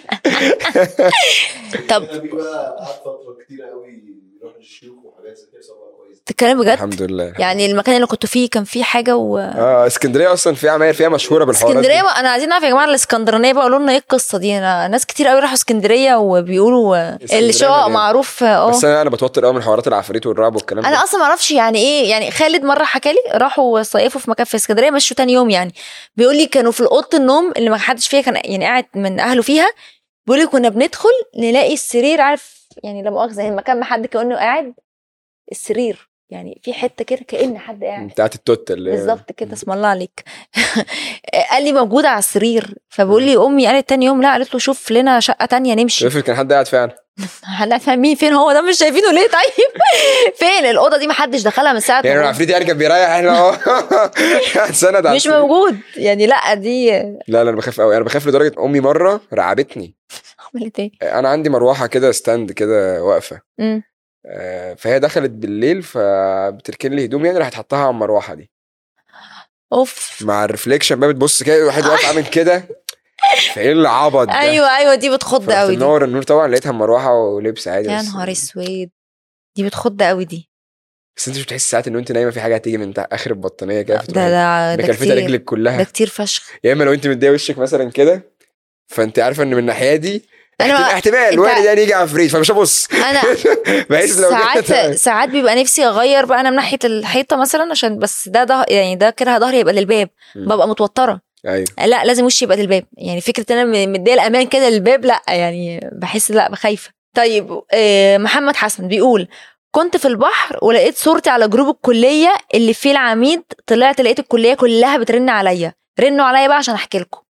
طب النبي بقى قعد فتره كتير قوي يروح للشيوخ وحاجات زي كده، سواء كويس. تتكلم بجد؟ الحمد لله. يعني المكان اللي كنت فيه كان فيه حاجه و اه اسكندريه اصلا فيها عماير فيها مشهوره بالحوارات اسكندريه دي. بقى انا عايزين نعرف يا جماعه الاسكندرانيه بقى، قولوا لنا ايه القصه دي. انا ناس كتير قوي راحوا اسكندريه وبيقولوا الشقق مليانة. معروف. اه بس انا انا بتوتر قوي من حوارات العفاريت والرعب والكلام ده. انا اصلا ما اعرفش يعني ايه. يعني خالد مره حكى لي راحوا صيفوا في مكان في اسكندريه، مشوا تاني يوم يعني، بيقول لي كانوا في اوضه النوم اللي ما حدش فيها كان يعني قاعد من اهله فيها، بيقول لي كنا بندخل نلاقي السرير، عارف يعني لا مؤاخذه يعني المكان ما حد كانه قاعد، السرير يعني في حته كده كأن حد قاعد بتاعت التوت اللي بالظبط كده. اسم الله عليك. قال لي موجوده على السرير، فبقول لي امي قالت تاني يوم لا، قالت له شوف لنا شقه تانية نمشي. افرض كان حد قاعد فعلا. هلا فاهمين فين هو ده؟ مش شايفينه ليه؟ طيب فين الاوضه دي؟ ما حدش دخلها من ساعه يعني ما العفريت يعني كان بيريح احنا اهو. سند على مش السرير. موجود يعني. لا دي لا لا انا بخاف قوي، انا بخاف لدرجه امي مره رعبتني. عملت ايه؟ انا عندي مروحه كده ستاند كده واقفه، امم آه، فهي دخلت بالليل فبتركن لي هدوم يعني، راحت حطها على المروحه دي اوف. مع الريفليكشن بقى، بتبص كده واحد واقف عامل كده، فايه العبط ده؟ ايوه ايوه دي بتخض قوي دي. منور النور طبعا، لقيتها مروحه ولبس عادي. يا بس نهار اسود، دي بتخض قوي دي. بس انت مش بتحس ساعات ان انت نايمه في حاجه هتيجي من تحت اخر البطانيه كده، ده ده ده مكلفتة كتير، رجلك كلها ده كتير فشخ. يا اما لو انت مديه وشك مثلا كده، فانت عارفه ان من الناحيه دي أنا احتمال, احتمال وارد يعني يجي عفريت، فمش هبص. انا بحيث لو ساعات جت- ساعات بيبقى نفسي اغير بقى انا من ناحيه الحيطه مثلا، عشان بس ده ده يعني ده كده ظهري يبقى للباب، مم. ببقى متوتره. ايوه لا لازم وشي يبقى للباب، يعني فكره ان انا مديه الامان كده للباب لا، يعني بحس لا بخايفه. طيب آه، محمد حسن بيقول كنت في البحر ولقيت صورتي على جروب الكليه اللي فيه العميد، طلعت لقيت الكليه كلها بترن عليا، رنوا عليا بقى عشان احكي لكم.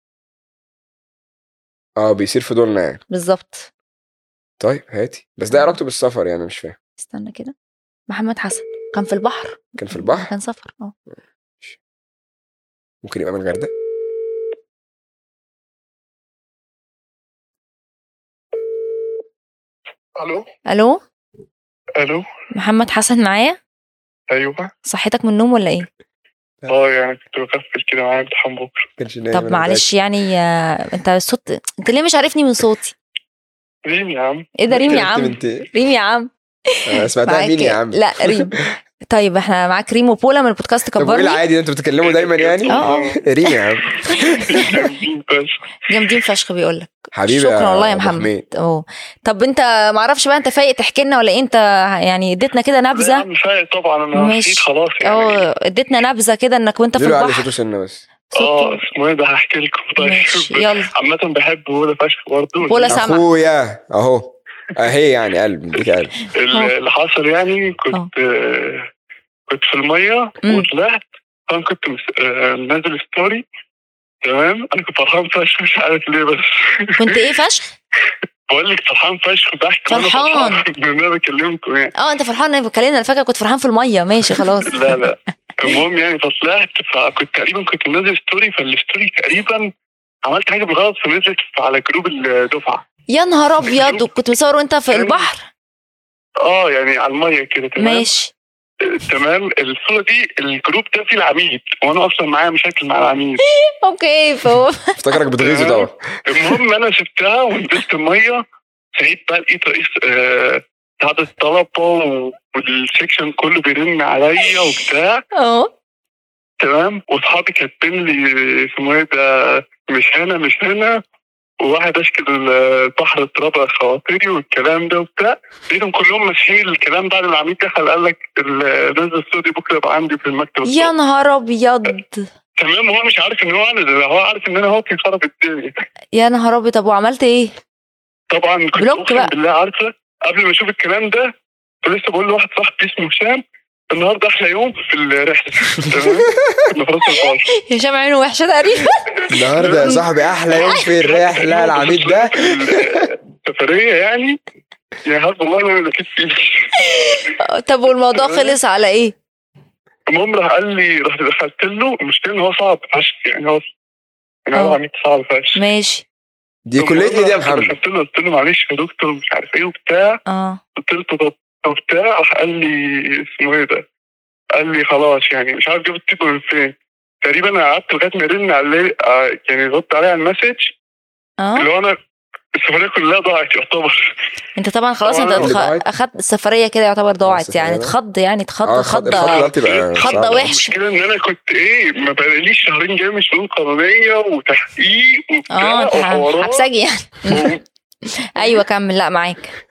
اه بيصير في دولنا يعني. بالظبط. طيب هاتي، بس ده علاقته بالسفر يعني مش فاهم. استنى كده، محمد حسن كان في البحر. كان في البحر، كان سفر اه. ممكن يبقى من الغردقه. الو الو الو محمد حسن معايا؟ ايوه صحتك من النوم ولا ايه؟ اه يعني كنت بكفل كده معايا امتحان بكره. كانش نايم. طب أنا معلش يعني آه، انت الصوت انت ليه مش عارفني من صوتي؟ ريم يا عم. ايه ده ريم يا متأكد. عم انت ريم يا عم أنا سمعتها مين يا عم؟ لا ريم. طيب احنا معاك ريم وبولا من البودكاست طب وايه كبرني. العادي ده انتوا بتتكلموا دايما يعني؟ اه ريم يا عم جامدين فشخ. جامدين فشخ بيقول لك. حبيبي شكرا والله يا أبو محمد. حميد. اه طب انت ما اعرفش بقى انت فايق تحكي لنا ولا ايه؟ انت يعني اديتنا كده لا يا نبذه. عم فايق طبعا انا مش نسيت خلاص يعني. اه اديتنا نبذه كده انك وانت في ليه على البحر. صوته سنه بس؟ اه اسمه ايه ده هحكي لكم. طيب ماشي، يلا. عامة بحب بولا فشخ برضه. بولا سامع. اخويا اهو اهي يعني قلب مديك قلب. اللي حصل يعني كنت آه كنت في المية مم. وطلعت. انا كنت مس- آه، نازل ستوري. تمام انا كنت فرحان فشخ مش عارف ليه بس. كنت ايه فشخ؟ بقول لك فرحان فشخ ضحك وأنا فرحان. ان انا بكلمكم يعني. اه انت فرحان انك بتكلمنا. انا فاكره كنت فرحان في الميه. ماشي خلاص. لا لا المهم يعني فطلعت فكنت تقريبا كنت نازل ستوري فالستوري تقريبا عملت حاجه بالغلط فنزلت على جروب الدفعه. يا نهار ابيض. وكنت مصور وانت في البحر؟ اه يعني على الميه كده. تمام ماشي. تمام الصوره دي الجروب ده فيه العميد وانا اصلا معايا مشاكل مع العميد. اوكي فهو افتكرك بتغيظه طبعا. المهم انا سبتها ونزلت الميه. سعيد بقى لقيت رئيس آه، اتحاد الطلبه والسكشن كله بيرن عليا وبتاع. اه تمام واصحابي كاتبين لي اسمه ايه ده مش هنا مش هنا وواحد اشكل البحر اضطراب خواطري والكلام ده وبتاع. لقيتهم كلهم ماشيين الكلام بعد العميد دخل قال لك نزل الصوت بكره يبقى عندي في المكتب. يا نهار ابيض. تمام هو مش عارف ان هو انا ده هو عارف ان انا هو في خرب الدنيا. يا نهار ابيض. طب وعملت ايه؟ طبعا كنت بلوك اقسم بقى. بالله عارفه قبل ما اشوف الكلام ده كنت لسه بقول لواحد صاحبي اسمه هشام النهارده احلى يوم في الرحله. تمام كنا في راس البحر. هشام عينه وحشه تقريبا. النهارده يا صاحبي احلى يوم في الرحله العميد ده. سفريه يعني يا هاد والله انا اللي كنت فيه. طب والموضوع خلص على ايه؟ المهم راح قال لي رحت دخلت له. المشكله ان هو صعب فشخ يعني هو يعني هو اه. عميد صعب فشخ. ماشي. دي كليه ايه دي يا محمد؟ دخلت له قلت له معلش يا دكتور مش عارف ايه وبتاع. اه قلت له طب وبتاع راح قال لي اسمه ايه ده قال لي خلاص يعني مش عارف جاب التيب من فين. تقريبا انا قعدت لغايه ما يرن عليه آه، يعني رد عليه على المسج اللي اه هو انا السفريه كلها ضاعت يعتبر. انت طبعا خلاص انت طبعاً. اتخ... ضاعت. اخدت السفريه كده يعتبر ضاعت السفرية يعني. ضاعت. اتخض يعني اتخض اه خد الخط خضه دلوقتي بقى خضة صعب. وحشة. المشكله ان انا كنت ايه ما بقاليش شهرين جاي من شؤون قانونيه وتحقيق اه وبتاع انت وحوارات حبسجي يعني. ايوه كمل. لا معاك.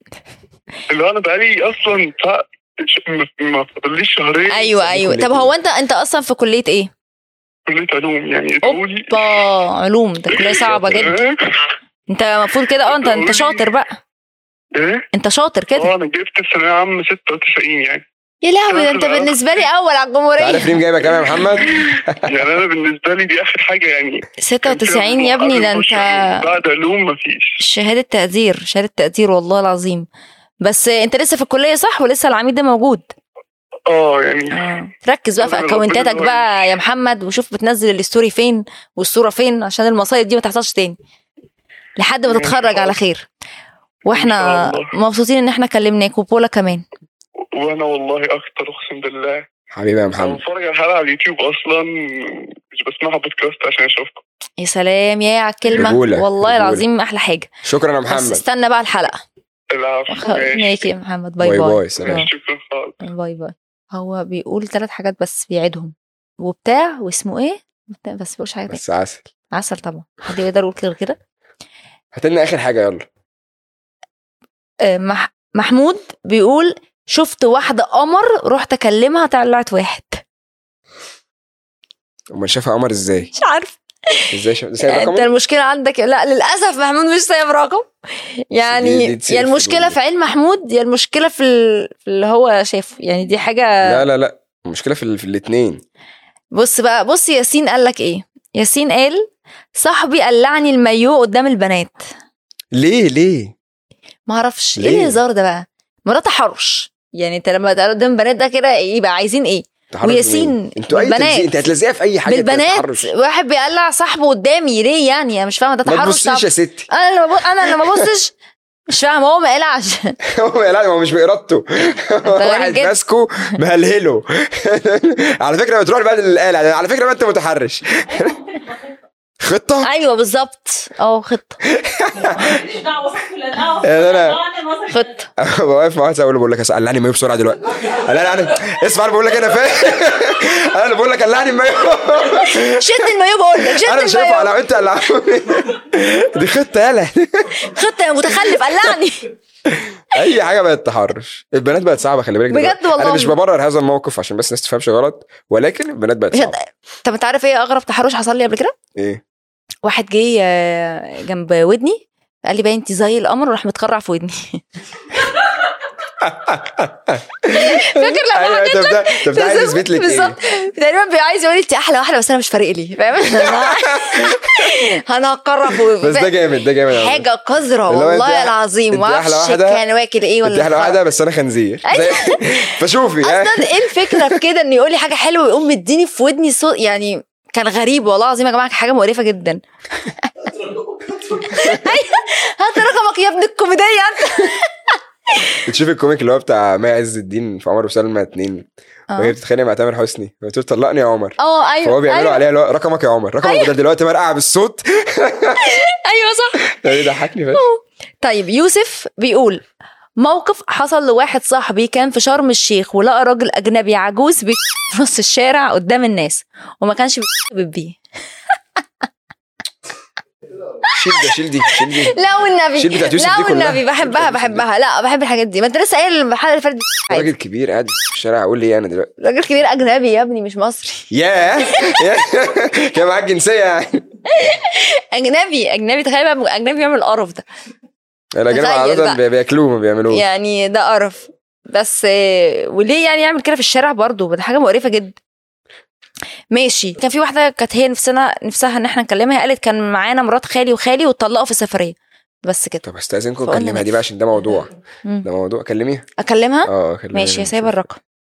اللي هو انا بقالي اصلا ف- ما- ما فاضليش شهرين. ايوه ايوه. طب هو انت انت اصلا في كليه ايه؟ كليه علوم يعني ادعولي. اوبا علوم. ده كليه صعبه جدا. انت المفروض كده اه انت انت شاطر بقى. ايه انت شاطر كده. اه انا جبت في ثانويه عامه ستة وتسعين يعني. يا لهوي ده انت بالنسبه لي اول على الجمهوريه. عارف ريم جايبه كام يا محمد؟ يعني انا بالنسبه لي دي اخر حاجه يعني. ستة وتسعين يا ابني. ده انت بعد علوم مفيش. شهاده تقدير. شهاده تقدير والله العظيم. بس انت لسه في الكليه صح؟ ولسه العميد ده موجود؟ اه يعني اه ركز بقى في اكونتاتك بقى يا محمد وشوف بتنزل الستوري فين والصوره فين عشان المصايب دي ما تحصلش تاني لحد ما تتخرج على خير. واحنا مبسوطين ان احنا كلمناك وبولا كمان. وانا والله اكتر اقسم بالله. حبيبي يا انا محمد. بتفرج على الحلقه على اليوتيوب اصلا مش بسمعها بودكاست عشان اشوفكم. يا سلام يا على الكلمه. رجولة. والله رجولة. العظيم احلى حاجه. شكرا يا بس محمد. استنى بقى الحلقه. العفو ماشي يا محمد. باي باي باي. باي سلام. آه. شكرا خالص. باي باي. هو بيقول ثلاث حاجات بس بيعيدهم وبتاع واسمه ايه بتاع بس بيقولش حاجه تاني. بس عسل. عسل طبعا. حد يقدر يقول غير كده؟ هات لنا اخر حاجه يلا. آه، مح... محمود بيقول شفت واحده قمر رحت اكلمها طلعت واحد. امال شافها قمر ازاي؟ مش عارف. ازاي شاف؟ سايب انت رقمه؟ المشكله عندك. لا للاسف محمود مش سايب رقم. يعني دي- دي تسيب يا المشكله الفضول. في عين محمود يا المشكله في, ال... في اللي هو شافه. يعني دي حاجه. لا لا لا المشكله في ال- في الاثنين. بص بقى. بص ياسين قال لك ايه. ياسين قال صاحبي قلعني المايو قدام البنات. ليه ليه؟ ما اعرفش ليه؟ ايه الهزار ده بقى. مرات تحرش. يعني انت لما تقعد قدام البنات ده كده يبقى عايزين ايه؟ تحرش وياسين بمين؟ انتوا اي بالبنات. تلزيق انت هتلزقها في اي حاجه. بالبنات. تحرش. واحد بيقلع صاحبه قدامي ليه يعني؟ انا مش فاهمه ده ما تحرش. تبصيش يا ستي. انا لما ببص... انا لما ببصش مش فاهم هو ما قلعش. هو لا هو مش بإرادته، واحد جدا. ماسكه مهلهله. على فكره بتروح بعد القلع، على فكره ما انت متحرش. خطه ايوه بالظبط، اه خطه يعني انا خطه. واقف مع واحد اقول له بقول لك قلعني المايو بسرعه دلوقتي. قال لي انا اسمع انا بقول لك انا فاهم. انا اللي بقول لك قلعني المايو. شد المايو بقول لك، شد انا مش شايفه المايو. على انت قلعوني. دي خطه يالا. خطه يا متخلف، قلعني. اي حاجه بقت تحرش. البنات بقت صعبه خلي بالك بجد دلوقتي. والله. انا مش ببرر هذا الموقف عشان بس الناس تفهمش غلط، ولكن البنات بقت بجد. صعبه. طب انت عارف ايه اغرب تحرش حصل لي قبل كده؟ ايه واحد جه آه، جنب ودني قال لي باين انت زي القمر، وراح متقرع في ودني. فاكر لما ايوه حكيت طب ده طب ده عايز يثبت لك ايه؟ بالظبط، تقريبا بيبقى عايز يقول لي انت احلى واحده، بس انا مش فارق لي، فاهم؟ انا هقرب بس ده جامد ده جامد أوي. حاجه قذره اللي هو انت والله أح- العظيم. انت ما أحلى اعرفش واحدة، كان واكل ايه انت ولا احلى خ- واحده بس انا خنزير. زي- فشوفي ها؟ اصلا ايه الفكره في كده، ان يقول لي حاجه حلوه ويقوم مديني في ودني صوت، يعني كان غريب والله العظيم يا جماعه، حاجه مقرفه جدا. هات رقمك يا ابن الكوميديا انت. بتشوف الكوميك اللي هو بتاع مي عز الدين في عمر وسلمى اتنين، وهي بتتخانق مع تامر حسني بتقول طلقني يا عمر، اه ايوه فهو بيعملوا أيوة. عليها اللي هو رقمك يا عمر، رقمك ده دلوقتي مرقع بالصوت. ايوه صح. ده بيضحكني فشخ. طيب يوسف بيقول موقف حصل لواحد صاحبي كان في شرم الشيخ، ولقى راجل اجنبي عجوز بي- في نص الشارع قدام الناس، وما كانش بيبيه. شيل ده شيل دي شيل دي. لا والنبي، شيل بتاعت يوسف لا دي كلها. والنبي بحبها بحبها، لا بحب الحاجات دي. ما انت لسه قايل الحلقه اللي فاتت دي. راجل كبير قاعد في الشارع اقول لي ايه انا دلوقتي؟ راجل كبير اجنبي يا ابني مش مصري. ياه كان معاك جنسيه يعني. اجنبي اجنبي، تخيل بقى اجنبي بيعمل القرف ده. الاجانب تخيل عاده بقى. بي- بياكلوه ما بيعملوش. يعني ده قرف بس. آه، وليه يعني يعمل كده في الشارع برضو؟ ده حاجه مقرفه جدا. ماشي. كان في واحده كانت هي نفسنا نفسها ان احنا نكلمها، قالت كان معانا مرات خالي وخالي واتطلقوا في سفريه، بس كده. طب استاذنكم فقلنا كلمها دي نقفل. بقى عشان ده موضوع، مم. ده موضوع كلميها. اكلمها. اه كلميها. ماشي يا سايبه الرقم.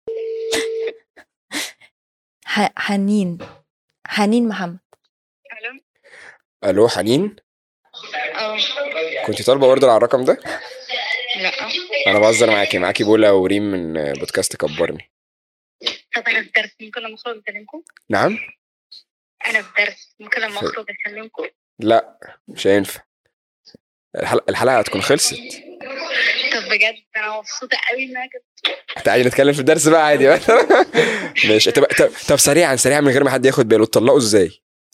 ح- حنين حنين محمد. الو حنين، اه كنت طالبه اوردر على الرقم ده؟ لا. انا بهزر معاكي معاكي بولا وريم من بودكاست كبرني. طب انا في درس، ممكن لما اخرج اكلمكم؟ نعم. انا في درس، ممكن لما اخرج اكلمكم؟ لا مش هينفع، الحلقه الحلقه هتكون خلصت. طب بجد انا مبسوطه قوي انك تعالي نتكلم في الدرس بقى عادي بقى. ماشي. طب طب طب سريعا سريعا من غير ما حد ياخد باله، اتطلقوا ازاي؟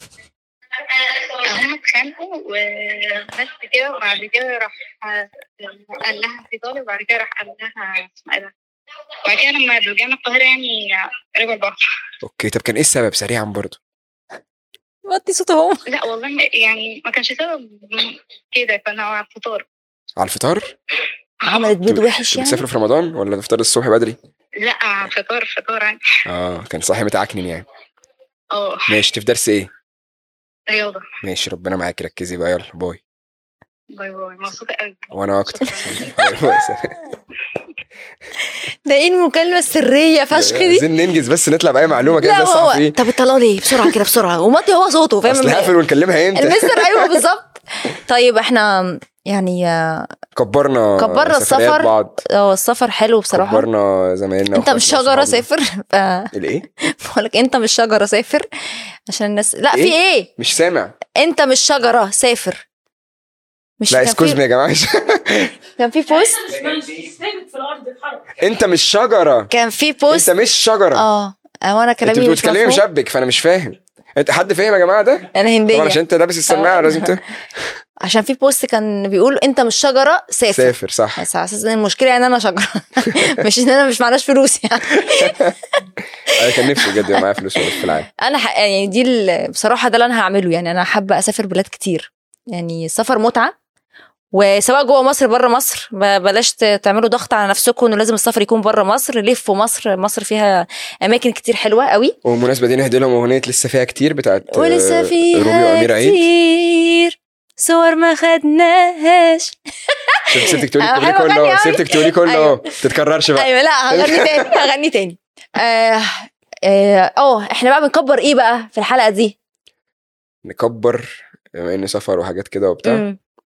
هم اتخانقوا وبس كده، وبعد كده راح قال لها في طالب، وبعد كده راح قال لها اسمها ايه ده، وبعد كده لما رجعنا القاهره يعني رجعوا البحر. اوكي طب كان ايه السبب سريعا برضو؟ وطي صوتهم. لا والله يعني ما كانش سبب كده، كان هو على الفطار. على الفطار؟ عملت بيض وحش يعني. بتسافروا في رمضان ولا تفطر الصبح بدري؟ لا فطار فطار يعني. اه كان صاحي متعكنن يعني. اه ماشي. في درس ايه؟ رياضه. ماشي ربنا معاكي، ركزي بقى يلا باي. باي باي، مبسوطه قوي. وانا اكتر. ده ايه المكالمه السريه فشخ دي؟ عايزين ننجز بس نطلع باي معلومه كده. لا ده هو صح ايه؟ طب اتطلعوا ليه بسرعه كده بسرعه، ومطي هو صوته فاهم. اصل هقفل ونكلمها امتى؟ المستر ايوه بالظبط. طيب احنا يعني آه، كبرنا كبرنا سفريات السفر. بعض، اه السفر حلو بصراحه. كبرنا زمايلنا. انت مش شجره سافر. ف- الايه؟ بقول لك انت مش شجره سافر عشان الناس. لا في إيه؟ ايه، مش سامع. انت مش شجره سافر. مش لا كان اسكوز مي في يا جماعه. كان في بوست انت مش شجره، كان في بوست انت مش شجره. اه وانا انت كلامي مش بتتكلمي مفهوم. مشبك فانا مش فاهم. انت حد فاهم يا جماعه ده؟ انا هنديه طبعا عشان انت لابس السماعه اه. لازم ت- عشان في بوست كان بيقول انت مش شجره سافر. سافر صح. بس على اساس ان المشكله يعني انا شجره. مش ان انا مش معناش فلوس يعني. انا كان نفسي بجد يبقى معايا فلوس في العالم. انا ح... يعني دي ال- بصراحه ده اللي انا هعمله. يعني انا حابه اسافر بلاد كتير، يعني السفر متعه، وسواء جوه مصر بره مصر. ب- بلاش ت- تعملوا ضغط على نفسكم انه لازم السفر يكون بره مصر. لفوا مصر، مصر فيها اماكن كتير حلوه قوي، وبالمناسبه دي نهدي لهم اغنيه لسه فيها كتير بتاعت ولسه آه، فيها روبي وامير عيد. كتير صور ما خدناش. شفت سيبتك تقولي أنا كله بحب أغني كله أوي. سيبتك تقولي كله أيوة. اهو تتكررش بقى. ايوه لا هغني تاني هغني تاني. اه اه آه، احنا بقى بنكبر ايه بقى في الحلقه دي؟ نكبر بما ان سفر وحاجات كده وبتاع. مم.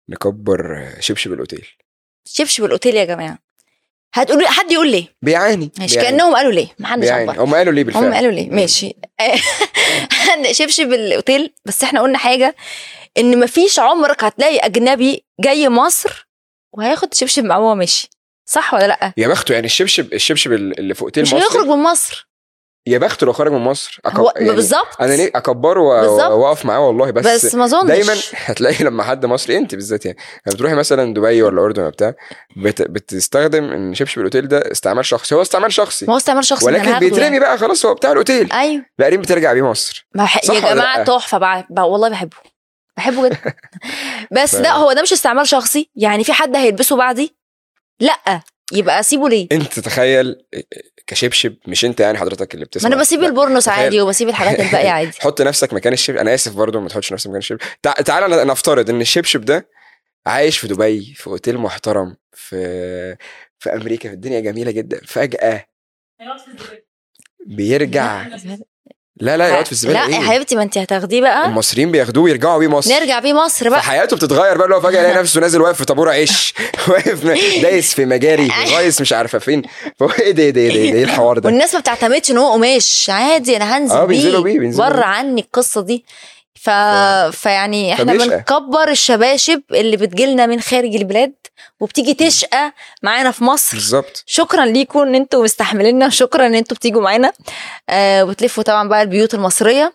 نكبر شبشب الاوتيل. شبشب الاوتيل يا جماعه، هتقولوا حد يقول ليه؟ بيعاني ماشي، كانهم قالوا ليه، ما حدش بيعاني. عبر. هم قالوا ليه بالفعل؟ هم قالوا ليه، ماشي. شبشب الاوتيل. بس احنا قلنا حاجه، ان مفيش عمرك هتلاقي اجنبي جاي مصر وهياخد شبشب معاه وهو ماشي، صح ولا لا؟ يا بخته يعني الشبشب الشبشب اللي في اوتيل مش مصر هيخرج من مصر. يا بخته لو خرج من مصر أكب... هو يعني بالظبط، انا ليه اكبره واقف معاه والله. بس, بس ما ظنش دايما هتلاقي لما حد مصري، انت بالذات يعني لما بتروحي مثلا دبي ولا اردن ولا بتاع، بت... بتستخدم ان شبشب الاوتيل ده استعمال شخصي. هو استعمال شخصي، ما هو استعمال شخصي، ولكن بيترمي يعني. بقى خلاص، هو بتاع الاوتيل. ايوه لا بترجع بيه مصر. ما ح... يا جماعه تحفه بقى. بقى والله بحبه بحبه جدا. بس ف... لا هو ده مش استعمال شخصي. يعني في حد هيلبسه بعدي؟ لا، يبقى اسيبه ليه؟ انت تخيل كشبشب، مش انت يعني حضرتك اللي بتسمع. ما انا بسيب البورنوس عادي وبسيب الحاجات الباقيه عادي. حط نفسك مكان الشبشب. انا اسف برضو، ما تحطش نفسك مكان الشبشب. تع... تعالى نفترض ان الشبشب ده عايش في دبي في اوتيل محترم في في امريكا، في الدنيا جميله جدا، فجاه بيرجع. لا لا يقعد في الزباله. لا ايه يا حبيبتي، ما انت هتاخديه بقى. المصريين بياخدوه ويرجعوا بيه مصر. نرجع بيه مصر بقى. حياته بتتغير بقى، اللي هو فجاه يلاقي نفسه نازل واقف في طابور عيش، واقف دايس في مجاري، غايس مش عارفه فين. فهو ايه ده ايه ده ايه الحوار ده؟ والناس ما بتعتمدش ان هو قماش عادي، انا هنزل اه بيه, بيه, بيه بره عني القصه دي. ف... فيعني احنا فبيشقى. بنكبر الشباشب اللي بتجيلنا من خارج البلاد وبتيجي تشقى معانا في مصر. بالظبط. شكرا ليكم ان انتوا مستحمليننا، شكرا ان انتوا بتيجوا معانا آه وتلفوا طبعا بقى البيوت المصريه.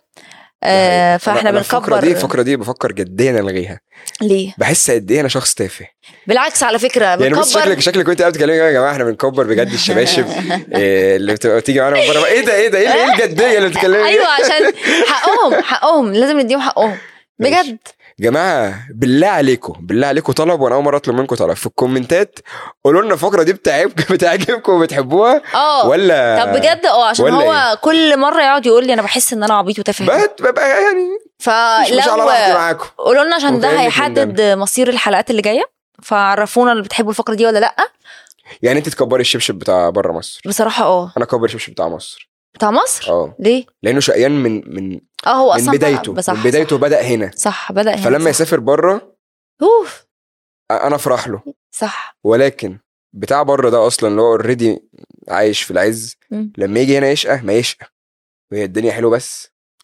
آه فاحنا بنكبر. الفقره دي الفقره دي بفكر جديا الغيها. ليه؟ بحس قد ايه انا شخص تافه. بالعكس على فكره يعني بنكبر. بص شكلك شكلك وانت قاعد بتكلمي يا جماعه احنا بنكبر بجد الشباشب. إيه اللي بتبقى تيجي معانا من بره، ايه ده ايه ده ايه الجديه اللي بتتكلمي؟ ايوه عشان حقهم حقهم لازم نديهم حقهم بجد. جماعه بالله عليكم بالله عليكم طلب، وانا اول مره اطلب منكم طلب في الكومنتات. قولوا لنا الفقره دي بتعجبكم بتعجبكم وبتحبوها اه ولا؟ طب بجد اه عشان هو إيه؟ كل مره يقعد يقول لي انا بحس ان انا عبيط وتافه. ببقى يعني فلو مش على راحتي معاكم. قولوا لنا عشان ده هيحدد مصير الحلقات اللي جايه. فعرفونا اللي بتحبوا الفقره دي ولا لا. يعني انت تكبري الشبشب بتاع بره مصر؟ بصراحه اه انا اكبر الشبشب بتاع مصر. بتاع مصر؟ اه ليه؟ لانه شقيان من من اه هو من اصلا بدايته من بدايته بدا هنا. صح بدا هنا. فلما صح. يسافر بره اوف انا افرح له. صح. ولكن بتاع بره ده اصلا اللي هو اوريدي عايش في العز، م. لما يجي هنا يشقى ما يشقى وهي الدنيا حلوه بس.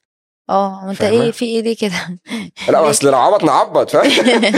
اه انت ايه في ايه ليه كده؟ لا اصل لو عبط نعبط فاهم.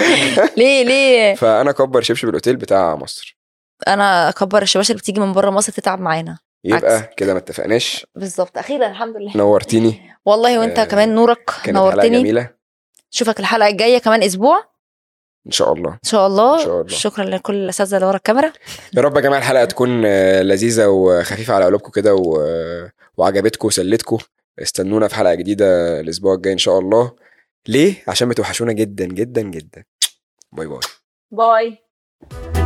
ليه ليه فانا اكبر شبشب الاوتيل بتاع مصر. انا اكبر الشباشب اللي بتيجي من بره مصر تتعب معانا. يبقى كده ما اتفقناش. بالظبط. اخيرا الحمد لله نورتيني والله. وانت آه كمان نورك نورتني. جميله. اشوفك الحلقه الجايه كمان اسبوع ان شاء الله. ان شاء الله, إن شاء الله. شكرا لكل الاساتذه اللي ورا الكاميرا. يا رب يا جماعه الحلقه تكون لذيذه وخفيفه على قلوبكم كده و... وعجبتكم وسلتكم. استنونا في حلقه جديده الاسبوع الجاي ان شاء الله. ليه؟ عشان بتوحشونا جدا جدا جدا. باي باي. باي.